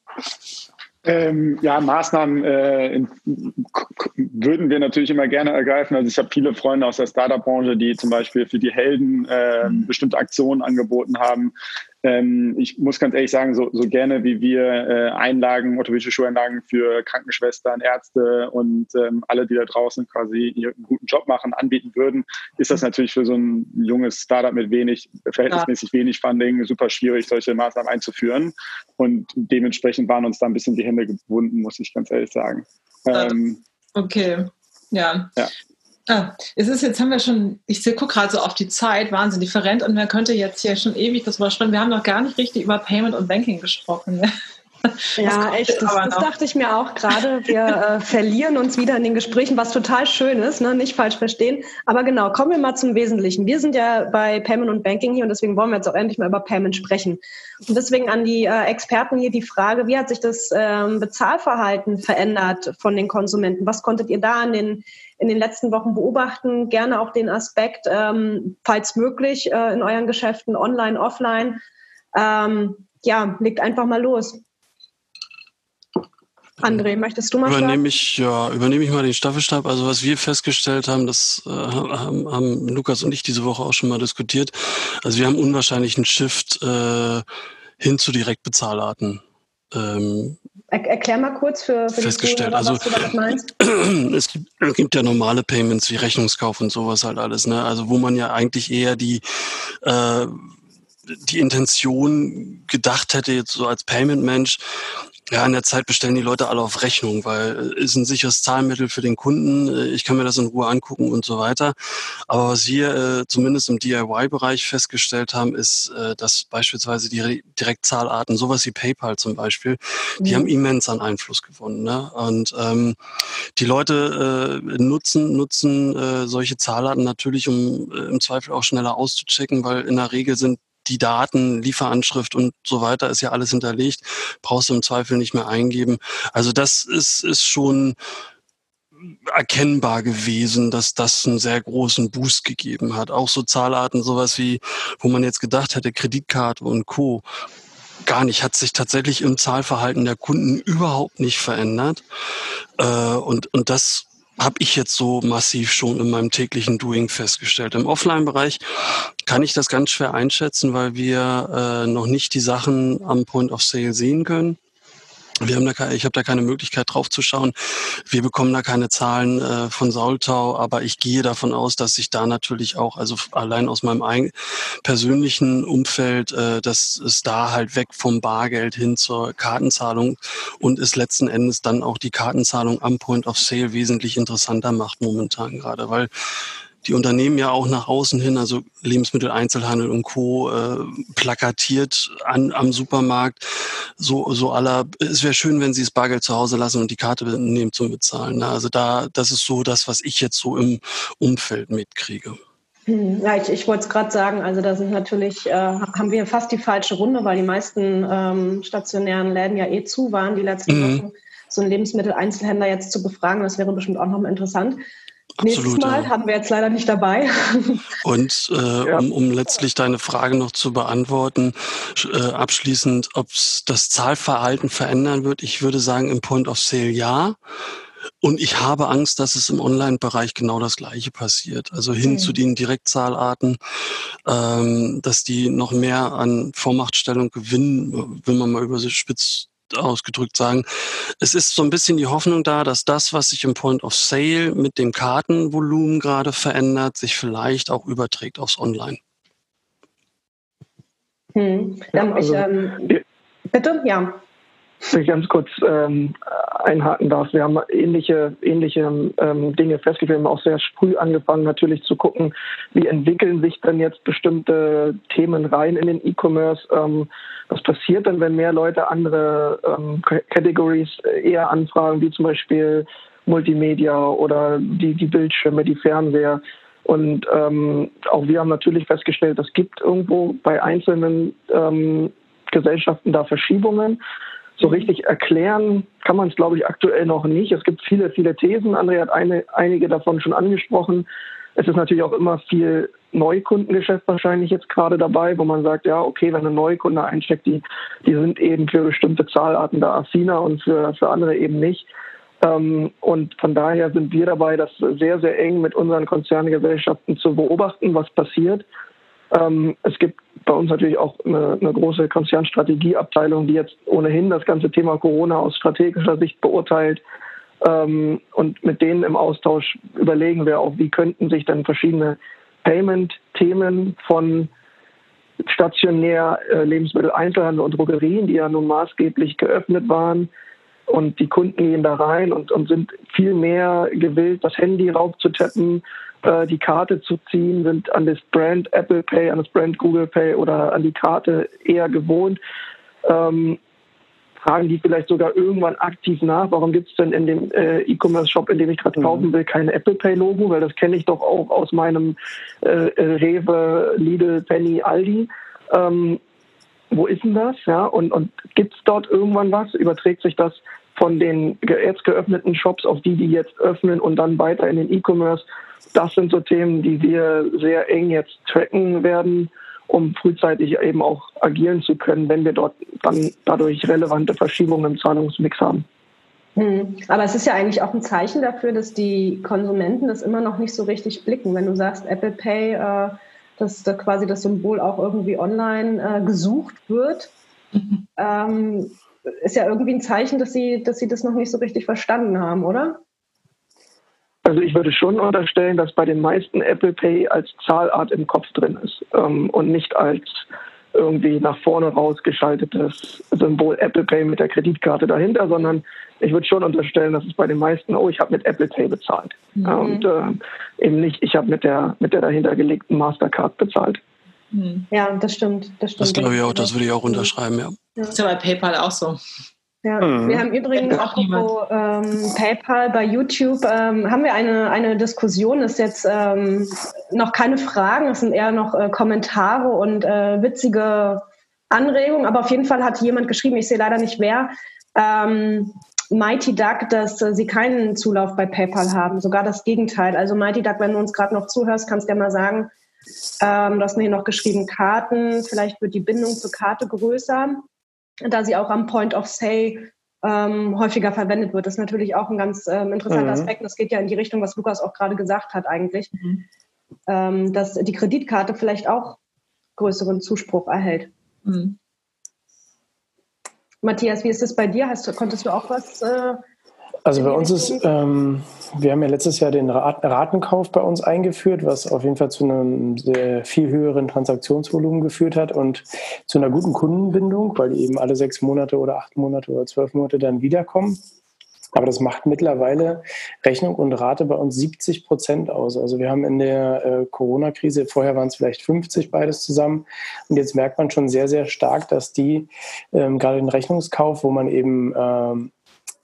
Ähm, ja, Maßnahmen äh, in, k- würden wir natürlich immer gerne ergreifen. Also ich habe viele Freunde aus der Startup-Branche, die zum Beispiel für die Helden äh, bestimmte Aktionen angeboten haben. Ähm, ich muss ganz ehrlich sagen, so, so gerne wie wir äh, Einlagen, orthopädische Schuheinlagen für Krankenschwestern, Ärzte und ähm, alle, die da draußen quasi einen guten Job machen, anbieten würden, ist das natürlich für so ein junges Startup mit wenig, verhältnismäßig wenig Funding super schwierig, solche Maßnahmen einzuführen. Und dementsprechend waren uns da ein bisschen die Hände gebunden, muss ich ganz ehrlich sagen. Ähm, okay, ja. ja. Ah, es ist jetzt, haben wir schon, ich gucke gerade so auf die Zeit, Wahnsinn, different, und man könnte jetzt hier schon ewig das überspringen. Wir haben noch gar nicht richtig über Payment und Banking gesprochen. Ja, echt, das, das dachte ich mir auch gerade. Wir äh, verlieren uns wieder in den Gesprächen, was total schön ist, ne? Nicht falsch verstehen. Aber genau, kommen wir mal zum Wesentlichen. Wir sind ja bei Payment und Banking hier und deswegen wollen wir jetzt auch endlich mal über Payment sprechen. Und deswegen an die äh, Experten hier die Frage, wie hat sich das ähm, Bezahlverhalten verändert von den Konsumenten? Was konntet ihr da in den, in den letzten Wochen beobachten? Gerne auch den Aspekt, ähm, falls möglich, äh, in euren Geschäften online, offline. Ähm, ja, legt einfach mal los. André, möchtest du mal übernehme starten? ich, ja, übernehme ich mal den Staffelstab. Also was wir festgestellt haben, das äh, haben, haben Lukas und ich diese Woche auch schon mal diskutiert. Also wir haben unwahrscheinlichen Shift äh, hin zu Direktbezahlarten. Ähm, er, erklär mal kurz für, für festgestellt. die Zuhörer, Also, was du damit meinst. Es gibt, es gibt ja normale Payments wie Rechnungskauf und sowas halt alles, ne? Also wo man ja eigentlich eher die äh, die Intention gedacht hätte, jetzt so als Payment-Mensch, ja, in der Zeit bestellen die Leute alle auf Rechnung, weil ist ein sicheres Zahlmittel für den Kunden. Ich kann mir das in Ruhe angucken und so weiter. Aber was wir äh, zumindest im D I Y-Bereich festgestellt haben, ist, äh, dass beispielsweise die Re- Direktzahlarten, sowas wie PayPal zum Beispiel, die mhm. haben immens an Einfluss gewonnen. Ne? Und ähm, die Leute äh, nutzen nutzen äh, solche Zahlarten natürlich, um äh, im Zweifel auch schneller auszuchecken, weil in der Regel sind die Daten, Lieferanschrift und so weiter ist ja alles hinterlegt, brauchst du im Zweifel nicht mehr eingeben. Also das ist, ist schon erkennbar gewesen, dass das einen sehr großen Boost gegeben hat. Auch so Zahlarten, sowas wie, wo man jetzt gedacht hätte, Kreditkarte und Co. Gar nicht, hat sich tatsächlich im Zahlverhalten der Kunden überhaupt nicht verändert. Und, und das habe ich jetzt so massiv schon in meinem täglichen Doing festgestellt. Im Offline-Bereich kann ich das ganz schwer einschätzen, weil wir äh, noch nicht die Sachen am Point of Sale sehen können. Wir haben da keine, ich habe da keine Möglichkeit drauf zu schauen. Wir bekommen da keine Zahlen äh, von Saultau, aber ich gehe davon aus, dass sich da natürlich auch, also allein aus meinem eigenen persönlichen Umfeld, äh, dass es da halt weg vom Bargeld hin zur Kartenzahlung und es letzten Endes dann auch die Kartenzahlung am Point of Sale wesentlich interessanter macht momentan gerade, weil die Unternehmen ja auch nach außen hin, also Lebensmitteleinzelhandel und Co., äh, plakatiert an, am Supermarkt, so, so aller, es wäre schön, wenn sie das Bargeld zu Hause lassen und die Karte nehmen zum Bezahlen. Also da, das ist so das, was ich jetzt so im Umfeld mitkriege. Ja, ich, ich wollte es gerade sagen, also da sind natürlich, äh, haben wir fast die falsche Runde, weil die meisten ähm, stationären Läden ja eh zu waren die letzten mhm. Wochen. So einen Lebensmitteleinzelhändler jetzt zu befragen, das wäre bestimmt auch nochmal interessant. Absolut, Nächstes Mal ja. haben wir jetzt leider nicht dabei. Und äh, ja. um, um letztlich deine Frage noch zu beantworten, äh, abschließend, ob es das Zahlverhalten verändern wird, ich würde sagen, im Point of Sale ja. Und ich habe Angst, dass es im Online-Bereich genau das Gleiche passiert. Also hin mhm. zu den Direktzahlarten, ähm, dass die noch mehr an Vormachtstellung gewinnen, will man mal überspitzt ausgedrückt sagen. Es ist so ein bisschen die Hoffnung da, dass das, was sich im Point of Sale mit dem Kartenvolumen gerade verändert, sich vielleicht auch überträgt aufs Online. Hm. Dann ja, also, ich, ähm, bitte, ja. Wenn ich ganz kurz ähm, einhaken darf, wir haben ähnliche, ähnliche ähm, Dinge festgestellt. Wir haben auch sehr früh angefangen, natürlich zu gucken, wie entwickeln sich denn jetzt bestimmte Themen rein in den E-Commerce. Ähm, was passiert denn, wenn mehr Leute andere ähm, Categories eher anfragen, wie zum Beispiel Multimedia oder die, die Bildschirme, die Fernseher. Und ähm, auch wir haben natürlich festgestellt, es gibt irgendwo bei einzelnen ähm, Gesellschaften da Verschiebungen. So richtig erklären kann man es, glaube ich, aktuell noch nicht. Es gibt viele, viele Thesen. André hat eine, einige davon schon angesprochen. Es ist natürlich auch immer viel Neukundengeschäft wahrscheinlich jetzt gerade dabei, wo man sagt, ja, okay, wenn ein Neukunde einsteckt, die, die sind eben für bestimmte Zahlarten da affiner und für, für andere eben nicht. Ähm, und von daher sind wir dabei, das sehr, sehr eng mit unseren Konzerngesellschaften zu beobachten, was passiert. Ähm, es gibt bei uns natürlich auch eine, eine große Konzernstrategieabteilung, die jetzt ohnehin das ganze Thema Corona aus strategischer Sicht beurteilt. Ähm, und mit denen im Austausch überlegen wir auch, wie könnten sich dann verschiedene Payment-Themen von stationär äh, Lebensmittel-Einzelhandel und Drogerien, die ja nun maßgeblich geöffnet waren, und die Kunden gehen da rein und, und sind viel mehr gewillt, das Handy raufzutappen, äh, die Karte zu ziehen, sind an das Brand Apple Pay, an das Brand Google Pay oder an die Karte eher gewohnt. Ähm, fragen die vielleicht sogar irgendwann aktiv nach, warum gibt es denn in dem äh, E-Commerce-Shop, in dem ich gerade mhm. kaufen will, kein Apple Pay-Logo, weil das kenne ich doch auch aus meinem äh, Rewe, Lidl, Penny, Aldi. Ähm, wo ist denn das? Ja, und, und gibt es dort irgendwann was? Überträgt sich das von den jetzt geöffneten Shops auf die, die jetzt öffnen und dann weiter in den E-Commerce? Das sind so Themen, die wir sehr eng jetzt tracken werden, um frühzeitig eben auch agieren zu können, wenn wir dort dann dadurch relevante Verschiebungen im Zahlungsmix haben. Hm. Aber es ist ja eigentlich auch ein Zeichen dafür, dass die Konsumenten das immer noch nicht so richtig blicken. Wenn du sagst, Apple Pay, äh, dass da quasi das Symbol auch irgendwie online äh, gesucht wird, mhm. ähm, ist ja irgendwie ein Zeichen, dass sie, dass sie das noch nicht so richtig verstanden haben, oder? Also ich würde schon unterstellen, dass bei den meisten Apple Pay als Zahlart im Kopf drin ist ähm, und nicht als irgendwie nach vorne rausgeschaltetes Symbol Apple Pay mit der Kreditkarte dahinter, sondern ich würde schon unterstellen, dass es bei den meisten, oh, ich habe mit Apple Pay bezahlt. Mhm. Und äh, eben nicht, ich habe mit der, mit der dahintergelegten Mastercard bezahlt. Mhm. Ja, das stimmt. Das, stimmt. Das glaube ich auch, das würde ich auch unterschreiben, ja. Das ist ja bei PayPal auch so. Ja, mhm. Wir haben übrigens apropos ähm, PayPal bei YouTube, ähm, haben wir eine, eine Diskussion, das ist jetzt ähm, noch keine Fragen, es sind eher noch äh, Kommentare und äh, witzige Anregungen, aber auf jeden Fall hat jemand geschrieben, ich sehe leider nicht wer, ähm, Mighty Duck, dass äh, sie keinen Zulauf bei PayPal haben, sogar das Gegenteil. Also Mighty Duck, wenn du uns gerade noch zuhörst, kannst du ja mal sagen, ähm, du hast mir hier noch geschrieben, Karten, vielleicht wird die Bindung zur Karte größer, da sie auch am Point of Sale ähm, häufiger verwendet wird. Das ist natürlich auch ein ganz ähm, interessanter mhm. Aspekt. Das geht ja in die Richtung, was Lukas auch gerade gesagt hat eigentlich, mhm. ähm, dass die Kreditkarte vielleicht auch größeren Zuspruch erhält. Mhm. Matthias, wie ist das bei dir? Hast, konntest du auch was... Äh, Also bei uns ist, ähm, wir haben ja letztes Jahr den Ratenkauf bei uns eingeführt, was auf jeden Fall zu einem sehr viel höheren Transaktionsvolumen geführt hat und zu einer guten Kundenbindung, weil die eben alle sechs Monate oder acht Monate oder zwölf Monate dann wiederkommen. Aber das macht mittlerweile Rechnung und Rate bei uns siebzig Prozent aus. Also wir haben in der äh, Corona-Krise, vorher waren es vielleicht fünfzig beides zusammen. Und jetzt merkt man schon sehr, sehr stark, dass die ähm, gerade den Rechnungskauf, wo man eben ähm,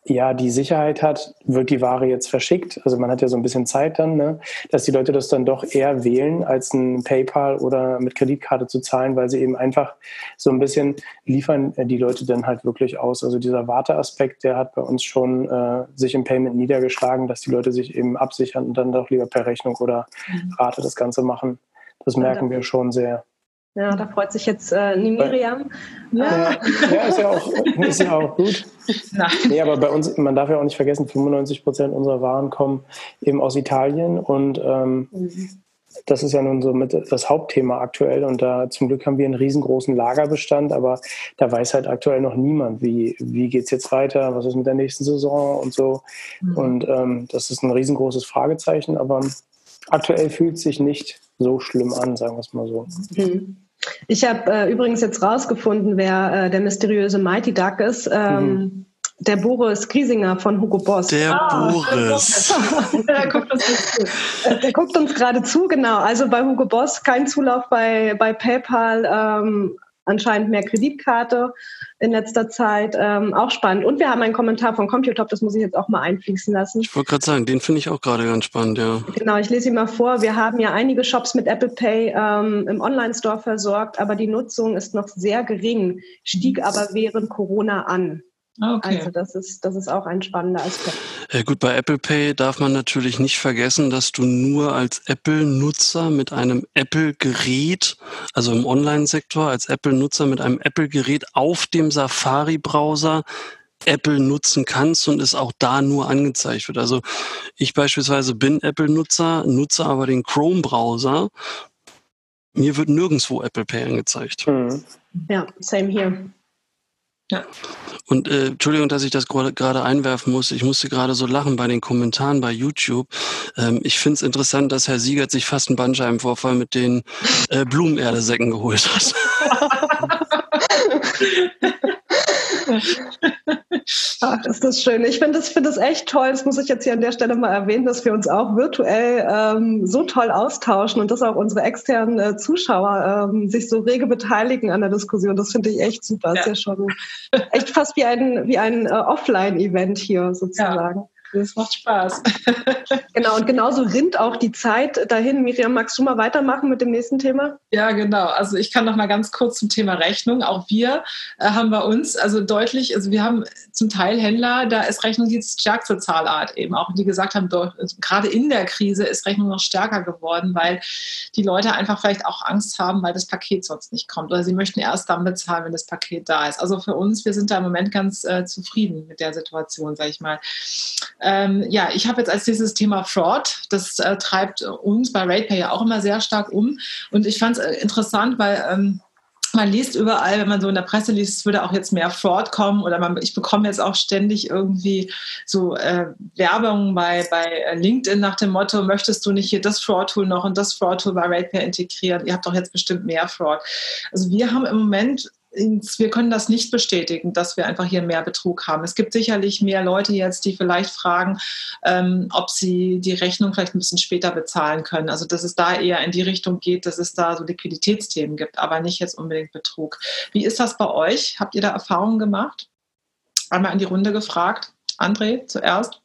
ja, die Sicherheit hat, wird die Ware jetzt verschickt. Also man hat ja so ein bisschen Zeit dann, ne, dass die Leute das dann doch eher wählen, als ein PayPal oder mit Kreditkarte zu zahlen, weil sie eben einfach so ein bisschen liefern die Leute dann halt wirklich aus. Also dieser Warteaspekt, der hat bei uns schon äh, sich im Payment niedergeschlagen, dass die Leute sich eben absichern und dann doch lieber per Rechnung oder Rate das Ganze machen. Das merken wir schon sehr. Ja, da freut sich jetzt äh, Miriam. Ja. Ja, ja, ist ja auch, ist ja auch gut. Nee, aber bei uns, man darf ja auch nicht vergessen, fünfundneunzig Prozent unserer Waren kommen eben aus Italien und ähm, mhm. das ist ja nun so mit das Hauptthema aktuell und da zum Glück haben wir einen riesengroßen Lagerbestand, aber da weiß halt aktuell noch niemand, wie, wie geht es jetzt weiter, was ist mit der nächsten Saison und so. Mhm. Und ähm, das ist ein riesengroßes Fragezeichen, aber aktuell fühlt es sich nicht so schlimm an, sagen wir es mal so. Mhm. Ich habe äh, übrigens jetzt rausgefunden, wer äh, der mysteriöse Mighty Duck ist. Ähm, mhm. Der Boris Griesinger von Hugo Boss. Der ah, Boris. der, guckt uns der guckt uns gerade zu, genau. Also bei Hugo Boss kein Zulauf bei, bei PayPal, ähm, anscheinend mehr Kreditkarte in letzter Zeit. Ähm, auch spannend. Und wir haben einen Kommentar von Computop, das muss ich jetzt auch mal einfließen lassen. Ich wollte gerade sagen, den finde ich auch gerade ganz spannend, ja. Genau, ich lese ihn mal vor. Wir haben ja einige Shops mit Apple Pay ähm, im Online-Store versorgt, aber die Nutzung ist noch sehr gering, stieg aber während Corona an. Okay. Also das ist, das ist auch ein spannender Aspekt. Ja, gut, bei Apple Pay darf man natürlich nicht vergessen, dass du nur als Apple-Nutzer mit einem Apple-Gerät, also im Online-Sektor, als Apple-Nutzer mit einem Apple-Gerät auf dem Safari-Browser Apple nutzen kannst und es auch da nur angezeigt wird. Also ich beispielsweise bin Apple-Nutzer, nutze aber den Chrome-Browser. Mir wird nirgendwo Apple Pay angezeigt. Mhm. Ja, same here. Ja. Und äh, Entschuldigung, dass ich das gerade einwerfen muss. Ich musste gerade so lachen bei den Kommentaren bei YouTube. Ähm, ich finde es interessant, dass Herr Siegert sich fast einen Bandscheibenvorfall mit den äh, Blumenerdesäcken geholt hat. Ach, ist das schön. Ich finde das, find das echt toll. Das muss ich jetzt hier an der Stelle mal erwähnen, dass wir uns auch virtuell ähm, so toll austauschen und dass auch unsere externen äh, Zuschauer ähm, sich so rege beteiligen an der Diskussion. Das finde ich echt super. Ja. Ist ja schon echt fast wie ein, wie ein äh, Offline-Event hier sozusagen. Ja. Das macht Spaß. Genau, und genauso rinnt auch die Zeit dahin. Miriam, magst du mal weitermachen mit dem nächsten Thema? Ja, genau. Also ich kann noch mal ganz kurz zum Thema Rechnung. Auch wir äh, haben bei uns also deutlich, also wir haben zum Teil Händler, da ist Rechnung die stärkste Zahlart eben auch, die gesagt haben, doch, gerade in der Krise ist Rechnung noch stärker geworden, weil die Leute einfach vielleicht auch Angst haben, weil das Paket sonst nicht kommt oder sie möchten erst dann bezahlen, wenn das Paket da ist. Also für uns, wir sind da im Moment ganz äh, zufrieden mit der Situation, sage ich mal. Ähm, ja, ich habe jetzt als dieses Thema Fraud, das äh, treibt uns bei RatePay ja auch immer sehr stark um. Und ich fand es äh, interessant, weil ähm, man liest überall, wenn man so in der Presse liest, es würde auch jetzt mehr Fraud kommen oder man, ich bekomme jetzt auch ständig irgendwie so äh, Werbung bei, bei LinkedIn nach dem Motto, möchtest du nicht hier das Fraud-Tool noch und das Fraud-Tool bei RatePay integrieren? Ihr habt doch jetzt bestimmt mehr Fraud. Also wir haben im Moment wir können das nicht bestätigen, dass wir einfach hier mehr Betrug haben. Es gibt sicherlich mehr Leute jetzt, die vielleicht fragen, ähm, ob sie die Rechnung vielleicht ein bisschen später bezahlen können. Also dass es da eher in die Richtung geht, dass es da so Liquiditätsthemen gibt, aber nicht jetzt unbedingt Betrug. Wie ist das bei euch? Habt ihr da Erfahrungen gemacht? Einmal in die Runde gefragt. André, zuerst.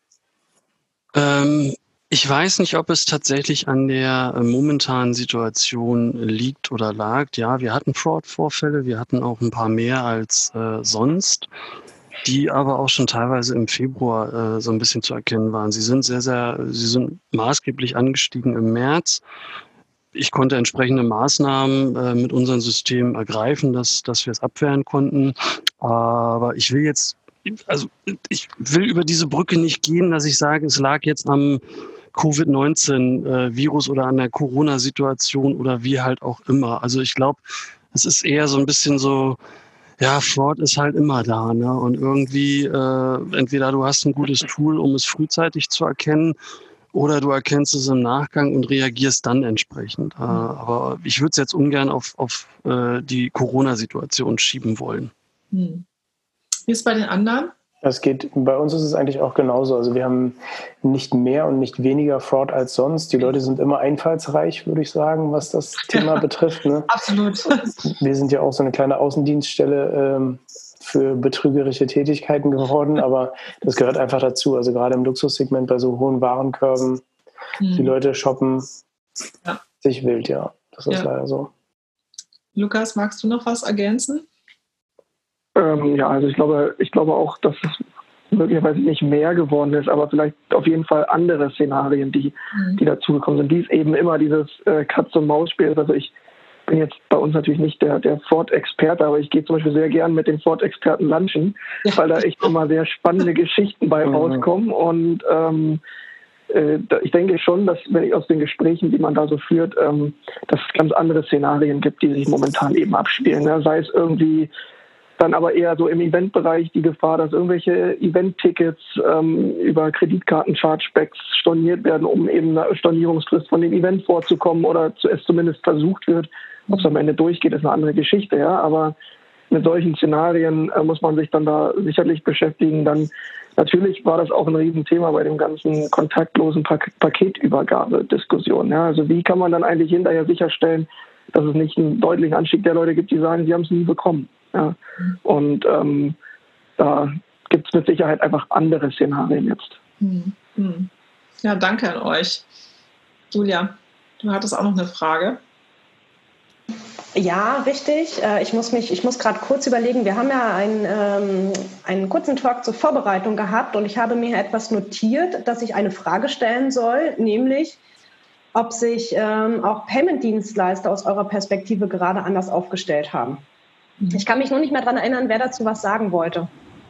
Ähm Ich weiß nicht, ob es tatsächlich an der momentanen Situation liegt oder lag. Ja, wir hatten Fraud-Vorfälle, wir hatten auch ein paar mehr als äh, sonst, die aber auch schon teilweise im Februar äh, so ein bisschen zu erkennen waren. Sie sind sehr, sehr, sie sind maßgeblich angestiegen im März. Ich konnte entsprechende Maßnahmen äh, mit unserem System ergreifen, dass, dass wir es abwehren konnten. Aber ich will jetzt, also ich will über diese Brücke nicht gehen, dass ich sage, es lag jetzt am Covid neunzehn Virus oder an der Corona-Situation oder wie halt auch immer. Also ich glaube, es ist eher so ein bisschen so, ja, Fraud ist halt immer da, ne? Und irgendwie, äh, entweder du hast ein gutes Tool, um es frühzeitig zu erkennen, oder du erkennst es im Nachgang und reagierst dann entsprechend. Mhm. Äh, aber ich würde es jetzt ungern auf, auf äh, die Corona-Situation schieben wollen. Mhm. Wie ist es bei den anderen? Das geht, bei uns ist es eigentlich auch genauso. Also wir haben nicht mehr und nicht weniger Fraud als sonst. Die Leute sind immer einfallsreich, würde ich sagen, was das Thema ja, betrifft. Ne? Absolut. Wir sind ja auch so eine kleine Außendienststelle ähm, für betrügerische Tätigkeiten geworden, aber das gehört einfach dazu. Also gerade im Luxussegment bei so hohen Warenkörben, mhm. die Leute shoppen ja. sich wild, ja. Das ist ja. leider so. Lukas, magst du noch was ergänzen? Ähm, ja, also ich glaube, ich glaube auch, dass es möglicherweise nicht mehr geworden ist, aber vielleicht auf jeden Fall andere Szenarien, die, mhm. die dazugekommen sind. Dies eben immer dieses äh, Katz-und-Maus-Spiel. Also ich bin jetzt bei uns natürlich nicht der, der Ford-Experte, aber ich gehe zum Beispiel sehr gern mit den Ford-Experten lunchen, ja. weil da echt immer sehr spannende Geschichten bei mhm. rauskommen. Und ähm, äh, ich denke schon, dass, wenn ich aus den Gesprächen, die man da so führt, ähm, dass es ganz andere Szenarien gibt, die sich momentan eben abspielen. Ne? Sei es irgendwie dann aber eher so im Eventbereich die Gefahr, dass irgendwelche Event-Tickets ähm, über Kreditkarten-Chargebacks storniert werden, um eben einer Stornierungsfrist von dem Event vorzukommen oder zu, es zumindest versucht wird. Ob es am Ende durchgeht, ist eine andere Geschichte, ja. Aber mit solchen Szenarien äh, muss man sich dann da sicherlich beschäftigen. Dann natürlich war das auch ein Riesenthema bei dem ganzen kontaktlosen Pak- Paketübergabe-Diskussion. Ja. Also wie kann man dann eigentlich hinterher sicherstellen, dass es nicht einen deutlichen Anstieg der Leute gibt, die sagen, sie haben es nie bekommen. Ja. Und ähm, da gibt es mit Sicherheit einfach andere Szenarien jetzt. Hm. Ja, danke an euch. Julia, du hattest auch noch eine Frage. Ja, richtig. Ich muss mich, ich muss gerade kurz überlegen. Wir haben ja einen, ähm, einen kurzen Talk zur Vorbereitung gehabt und ich habe mir etwas notiert, dass ich eine Frage stellen soll, nämlich ob sich ähm, auch Payment-Dienstleister aus eurer Perspektive gerade anders aufgestellt haben. Ich kann mich nur nicht mehr daran erinnern, wer dazu was sagen wollte.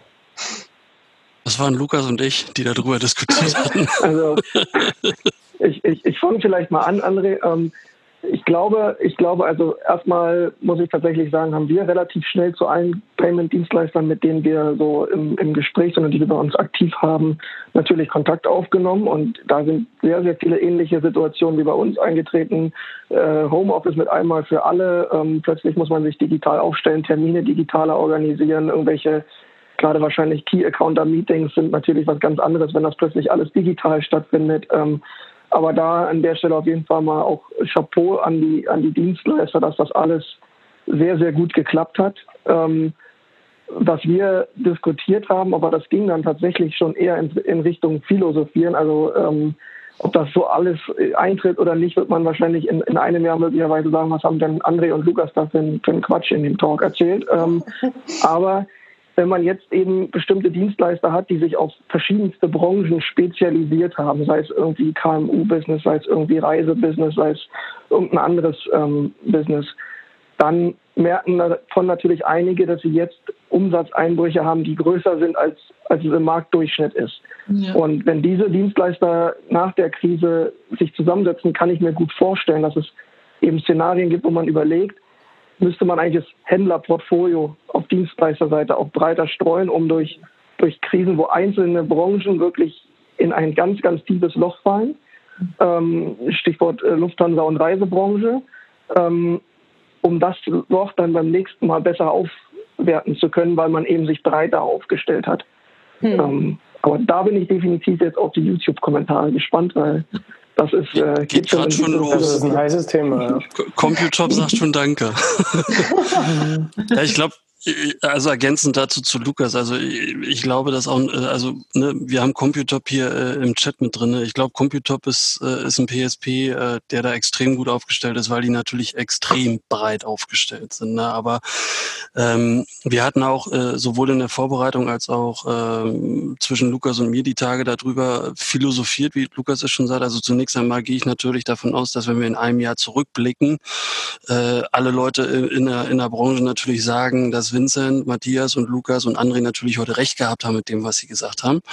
Das waren Lukas und ich, die darüber diskutiert hatten. Also ich, ich, ich fange vielleicht mal an, André. Ähm, ich glaube, ich glaube, also erstmal muss ich tatsächlich sagen, haben wir relativ schnell zu allen Payment-Dienstleistern, mit denen wir so im, im Gespräch sind und die wir bei uns aktiv haben, natürlich Kontakt aufgenommen. Und da sind sehr, sehr viele ähnliche Situationen wie bei uns eingetreten. Äh, Homeoffice mit einmal für alle. Ähm, plötzlich muss man sich digital aufstellen, Termine digitaler organisieren, irgendwelche gerade wahrscheinlich Key-Accounter-Meetings sind natürlich was ganz anderes, wenn das plötzlich alles digital stattfindet. Ähm, aber da an der Stelle auf jeden Fall mal auch Chapeau an die, an die Dienstleister, dass das alles sehr, sehr gut geklappt hat. Ähm, was wir diskutiert haben, aber das ging dann tatsächlich schon eher in, in Richtung Philosophieren. Also ähm, ob das so alles eintritt oder nicht, wird man wahrscheinlich in, in einem Jahr möglicherweise sagen, was haben denn André und Lukas da für, für einen Quatsch in dem Talk erzählt. Ähm, aber wenn man jetzt eben bestimmte Dienstleister hat, die sich auf verschiedenste Branchen spezialisiert haben, sei es irgendwie K M U-Business, sei es irgendwie Reisebusiness, sei es irgendein anderes ähm, Business, dann merken davon natürlich einige, dass sie jetzt Umsatzeinbrüche haben, die größer sind, als, als es im Marktdurchschnitt ist. Ja. Und wenn diese Dienstleister nach der Krise sich zusammensetzen, kann ich mir gut vorstellen, dass es eben Szenarien gibt, wo man überlegt, müsste man eigentlich das Händlerportfolio auf Dienstleisterseite auch breiter streuen, um durch, durch Krisen, wo einzelne Branchen wirklich in ein ganz, ganz tiefes Loch fallen, ähm, Stichwort äh, Lufthansa und Reisebranche, ähm, um das Loch dann beim nächsten Mal besser aufwerten zu können, weil man eben sich breiter aufgestellt hat. Hm. Ähm, aber da bin ich definitiv jetzt auf die YouTube-Kommentare gespannt, weil das ist, äh, geht, geht gerade schon los. Das ist ein heißes Thema. Ja. Computop sagt schon Danke. Ja, ich glaube, also ergänzend dazu zu Lukas, also ich, ich glaube, dass auch, also ne, wir haben Computop hier äh, im Chat mit drin. Ich glaube, Computop ist, äh, ist ein P S P, äh, der da extrem gut aufgestellt ist, weil die natürlich extrem breit aufgestellt sind. Ne? Aber ähm, wir hatten auch äh, sowohl in der Vorbereitung als auch ähm, zwischen Lukas und mir die Tage darüber philosophiert, wie Lukas es schon sagt. Also zunächst einmal gehe ich natürlich davon aus, dass wenn wir in einem Jahr zurückblicken, äh, alle Leute in der, in der Branche natürlich sagen, dass Vincent, Matthias und Lukas und André natürlich heute recht gehabt haben mit dem, was sie gesagt haben.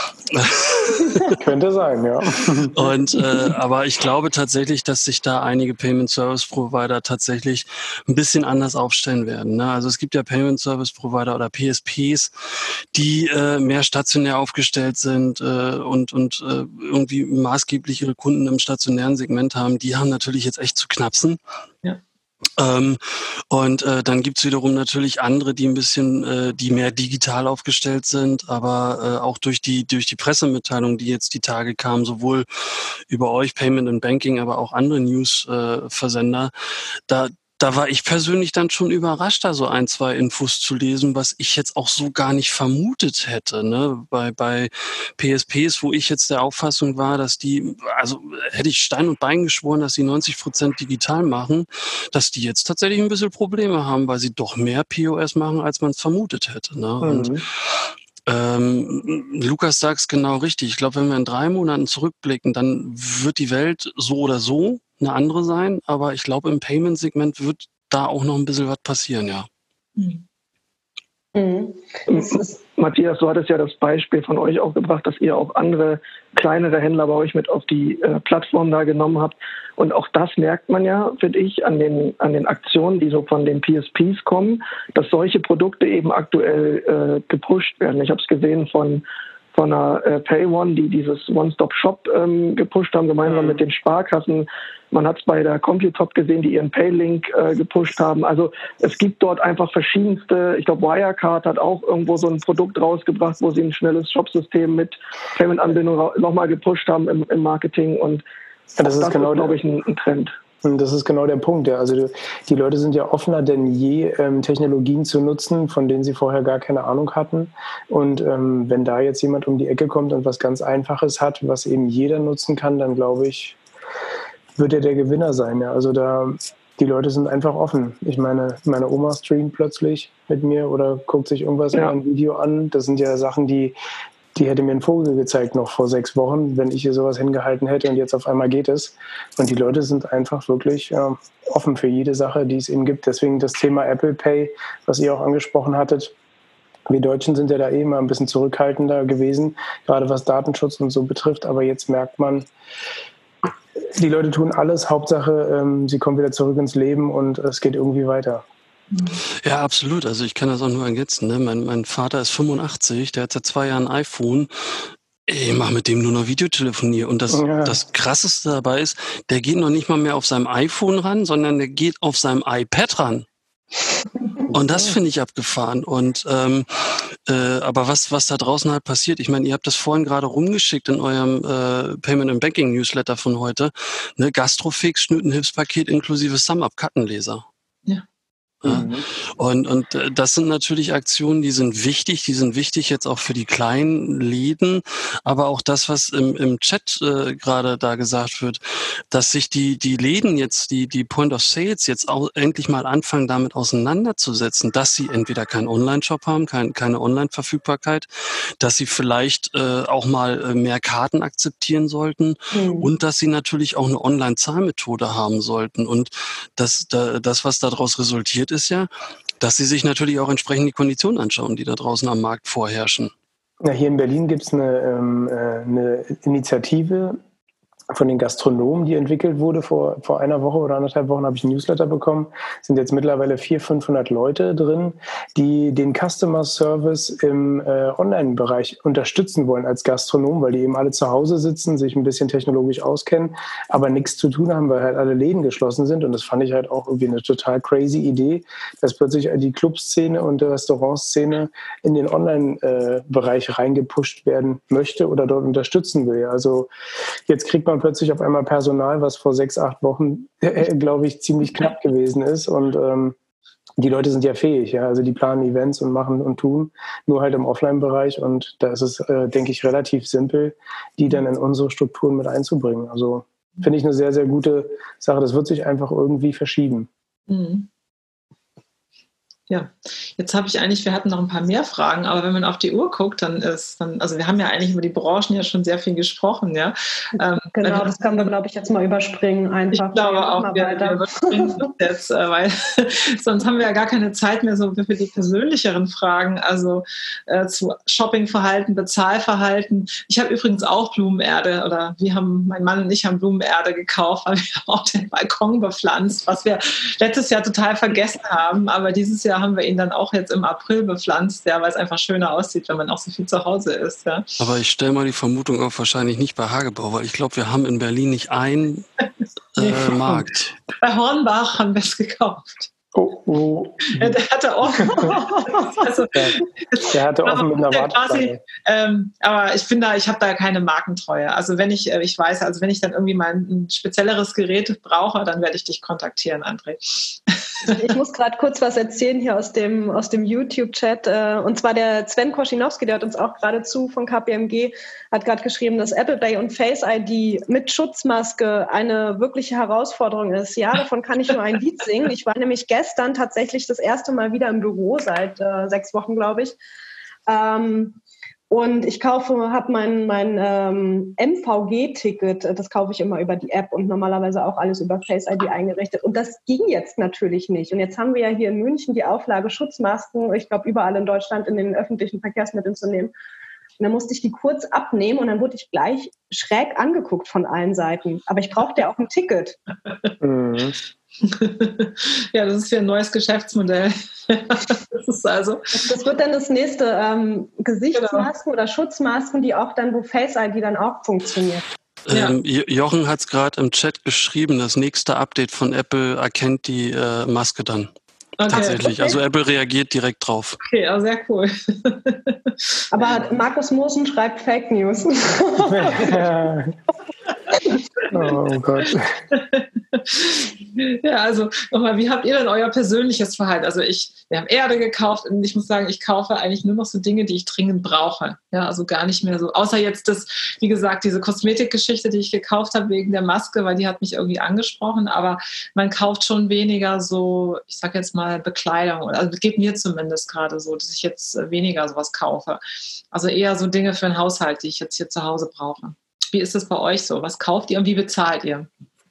Könnte sein, ja. Und äh, aber ich glaube tatsächlich, dass sich da einige Payment Service Provider tatsächlich ein bisschen anders aufstellen werden. Ne? Also es gibt ja Payment Service Provider oder P S Ps, die äh, mehr stationär aufgestellt sind äh, und und äh, irgendwie maßgeblich ihre Kunden im stationären Segment haben. Die haben natürlich jetzt echt zu knapsen. Ja. Ähm, und äh, dann gibt's wiederum natürlich andere, die ein bisschen, äh, die mehr digital aufgestellt sind, aber äh, auch durch die durch die Pressemitteilung, die jetzt die Tage kamen, sowohl über euch, Payment and Banking, aber auch andere News-Versender, äh, da da war ich persönlich dann schon überrascht, da so ein, zwei Infos zu lesen, was ich jetzt auch so gar nicht vermutet hätte. Ne? Bei, bei P S Ps, wo ich jetzt der Auffassung war, dass die, also hätte ich Stein und Bein geschworen, dass die neunzig Prozent digital machen, dass die jetzt tatsächlich ein bisschen Probleme haben, weil sie doch mehr P O S machen, als man es vermutet hätte. Ne? Mhm. Und ähm, Lukas sagt es genau richtig. Ich glaube, wenn wir in drei Monaten zurückblicken, dann wird die Welt so oder so eine andere sein, aber ich glaube, im Payment-Segment wird da auch noch ein bisschen was passieren, ja. Mhm. Matthias, du hattest ja das Beispiel von euch auch gebracht, dass ihr auch andere kleinere Händler bei euch mit auf die äh, Plattform da genommen habt. Und auch das merkt man ja, finde ich, an den, an den Aktionen, die so von den P S Ps kommen, dass solche Produkte eben aktuell äh, gepusht werden. Ich habe es gesehen von von einer äh, PayOne, die dieses One-Stop-Shop ähm, gepusht haben, gemeinsam mhm. mit den Sparkassen. Man hat es bei der Computop gesehen, die ihren Paylink äh, gepusht haben. Also es gibt dort einfach verschiedenste, ich glaube Wirecard hat auch irgendwo so ein Produkt rausgebracht, wo sie ein schnelles Shopsystem mit Payment-Anbindung nochmal gepusht haben im, im Marketing. Und ja, das, das ist, genau ist, glaube ich, ein, ein Trend. Das ist genau der Punkt. Ja. Also die Leute sind ja offener denn je, ähm, Technologien zu nutzen, von denen sie vorher gar keine Ahnung hatten. Und ähm, wenn da jetzt jemand um die Ecke kommt und was ganz Einfaches hat, was eben jeder nutzen kann, dann glaube ich, wird er der Gewinner sein. Ja. Also da die Leute sind einfach offen. Ich meine, meine Oma streamt plötzlich mit mir oder guckt sich irgendwas ja. in einem Video an. Das sind ja Sachen, die Die hätte mir einen Vogel gezeigt noch vor sechs Wochen, wenn ich hier sowas hingehalten hätte und jetzt auf einmal geht es. Und die Leute sind einfach wirklich äh, offen für jede Sache, die es eben gibt. Deswegen das Thema Apple Pay, was ihr auch angesprochen hattet. Wir Deutschen sind ja da eh immer ein bisschen zurückhaltender gewesen, gerade was Datenschutz und so betrifft. Aber jetzt merkt man, die Leute tun alles. Hauptsache, ähm, sie kommen wieder zurück ins Leben und es geht irgendwie weiter. Ja, absolut. Also ich kann das auch nur ergänzen. Ne? Mein, mein Vater ist fünfundachtzig, der hat seit zwei Jahren ein iPhone. Ich mache mit dem nur noch Videotelefonie. Und das, ja. das Krasseste dabei ist, der geht noch nicht mal mehr auf seinem iPhone ran, sondern der geht auf seinem iPad ran. Und das finde ich abgefahren. Und ähm, äh, aber was was da draußen halt passiert, ich meine, ihr habt das vorhin gerade rumgeschickt in eurem äh, Payment and Banking Newsletter von heute, ne, Gastrofix, Schnütenhilfspaket inklusive Sum-Up-Kartenleser. Ja. Ja. Mhm. Und, und das sind natürlich Aktionen, die sind wichtig, die sind wichtig jetzt auch für die kleinen Läden, aber auch das, was im, im Chat äh, gerade da gesagt wird, dass sich die, die Läden jetzt, die, die Point of Sales jetzt auch endlich mal anfangen, damit auseinanderzusetzen, dass sie entweder keinen Online-Shop haben, kein, keine Online-Verfügbarkeit, dass sie vielleicht äh, auch mal mehr Karten akzeptieren sollten mhm. und dass sie natürlich auch eine Online-Zahlmethode haben sollten. Und das, das, was daraus resultiert, ist ja, dass sie sich natürlich auch entsprechend die Konditionen anschauen, die da draußen am Markt vorherrschen. Ja, hier in Berlin gibt es eine, ähm, eine Initiative von den Gastronomen, die entwickelt wurde. Vor, vor einer Woche oder anderthalb Wochen habe ich ein Newsletter bekommen. Es sind jetzt mittlerweile vierhundert, fünfhundert Leute drin, die den Customer Service im äh, Online-Bereich unterstützen wollen als Gastronom, weil die eben alle zu Hause sitzen, sich ein bisschen technologisch auskennen, aber nichts zu tun haben, weil halt alle Läden geschlossen sind. Und das fand ich halt auch irgendwie eine total crazy Idee, dass plötzlich die Clubszene und die Restaurantszene in den Online-Bereich reingepusht werden möchte oder dort unterstützen will. Also jetzt kriegt man plötzlich auf einmal Personal, was vor sechs, acht Wochen, äh, glaube ich, ziemlich knapp gewesen ist. Und ähm, die Leute sind ja fähig. Ja? Also die planen Events und machen und tun, nur halt im Offline-Bereich. Und da ist es, äh, denke ich, relativ simpel, die dann in unsere Strukturen mit einzubringen. Also finde ich eine sehr, sehr gute Sache. Das wird sich einfach irgendwie verschieben. Mhm. Ja, jetzt habe ich eigentlich, wir hatten noch ein paar mehr Fragen, aber wenn man auf die Uhr guckt, dann ist dann, also wir haben ja eigentlich über die Branchen ja schon sehr viel gesprochen, ja. Ähm, genau, das können wir, glaube ich, jetzt mal überspringen einfach. Ich glaube auch, wir, wir überspringen das jetzt, weil sonst haben wir ja gar keine Zeit mehr so für die persönlicheren Fragen, also äh, zu Shoppingverhalten, Bezahlverhalten. Ich habe übrigens auch Blumenerde oder wir haben, mein Mann und ich haben Blumenerde gekauft, weil wir auch den Balkon bepflanzt, was wir letztes Jahr total vergessen haben, aber dieses Jahr haben wir ihn dann auch jetzt im April bepflanzt, ja, weil es einfach schöner aussieht, wenn man auch so viel zu Hause ist. Ja. Aber ich stelle mal die Vermutung auf, wahrscheinlich nicht bei Hagebau, weil ich glaube, wir haben in Berlin nicht einen äh, Markt. Bei Hornbach haben wir es gekauft. Oh, oh. Der hatte auch. also, der hatte offen mit einer Warteschlange. Ähm, aber ich bin da, ich habe da keine Markentreue. Also wenn ich, ich weiß, also wenn ich dann irgendwie mal ein spezielleres Gerät brauche, dann werde ich dich kontaktieren, André. Ich muss gerade kurz was erzählen hier aus dem, aus dem YouTube-Chat. Und zwar der Sven Koschinowski, der hat uns auch geradezu von K P M G, hat gerade geschrieben, dass Apple Pay und Face I D mit Schutzmaske eine wirkliche Herausforderung ist. Ja, davon kann ich nur ein Lied singen. Ich war nämlich gestern tatsächlich das erste Mal wieder im Büro, seit äh, sechs Wochen, glaube ich. Ähm, Und ich kaufe, habe mein, mein ähm, M V G-Ticket, das kaufe ich immer über die App und normalerweise auch alles über Face I D eingerichtet. Und das ging jetzt natürlich nicht. Und jetzt haben wir ja hier in München die Auflage, Schutzmasken, ich glaube überall in Deutschland in den öffentlichen Verkehrsmitteln zu nehmen. Und dann musste ich die kurz abnehmen und dann wurde ich gleich schräg angeguckt von allen Seiten. Aber ich brauchte ja auch ein Ticket. Mhm. Ja, das ist ja ein neues Geschäftsmodell. das ist also das, das wird dann das nächste ähm, Gesichtsmasken genau. oder Schutzmasken, die auch dann, wo Face I D dann auch funktioniert. Ähm, Jochen hat es gerade im Chat geschrieben, das nächste Update von Apple erkennt die äh, Maske dann. Okay. Tatsächlich. Okay. Also Apple reagiert direkt drauf. Okay, ja, sehr cool. Aber Markus Mosen schreibt Fake News. Oh Gott. Ja, also nochmal, wie habt ihr denn euer persönliches Verhalten? Also ich, wir haben Erde gekauft und ich muss sagen, ich kaufe eigentlich nur noch so Dinge, die ich dringend brauche. Ja, also gar nicht mehr so, außer jetzt das, wie gesagt, diese Kosmetikgeschichte, die ich gekauft habe wegen der Maske, weil die hat mich irgendwie angesprochen, aber man kauft schon weniger so, ich sag jetzt mal Bekleidung, also das geht mir zumindest gerade so, dass ich jetzt weniger sowas kaufe. Also eher so Dinge für den Haushalt, die ich jetzt hier zu Hause brauche. Wie ist das bei euch so? Was kauft ihr und wie bezahlt ihr?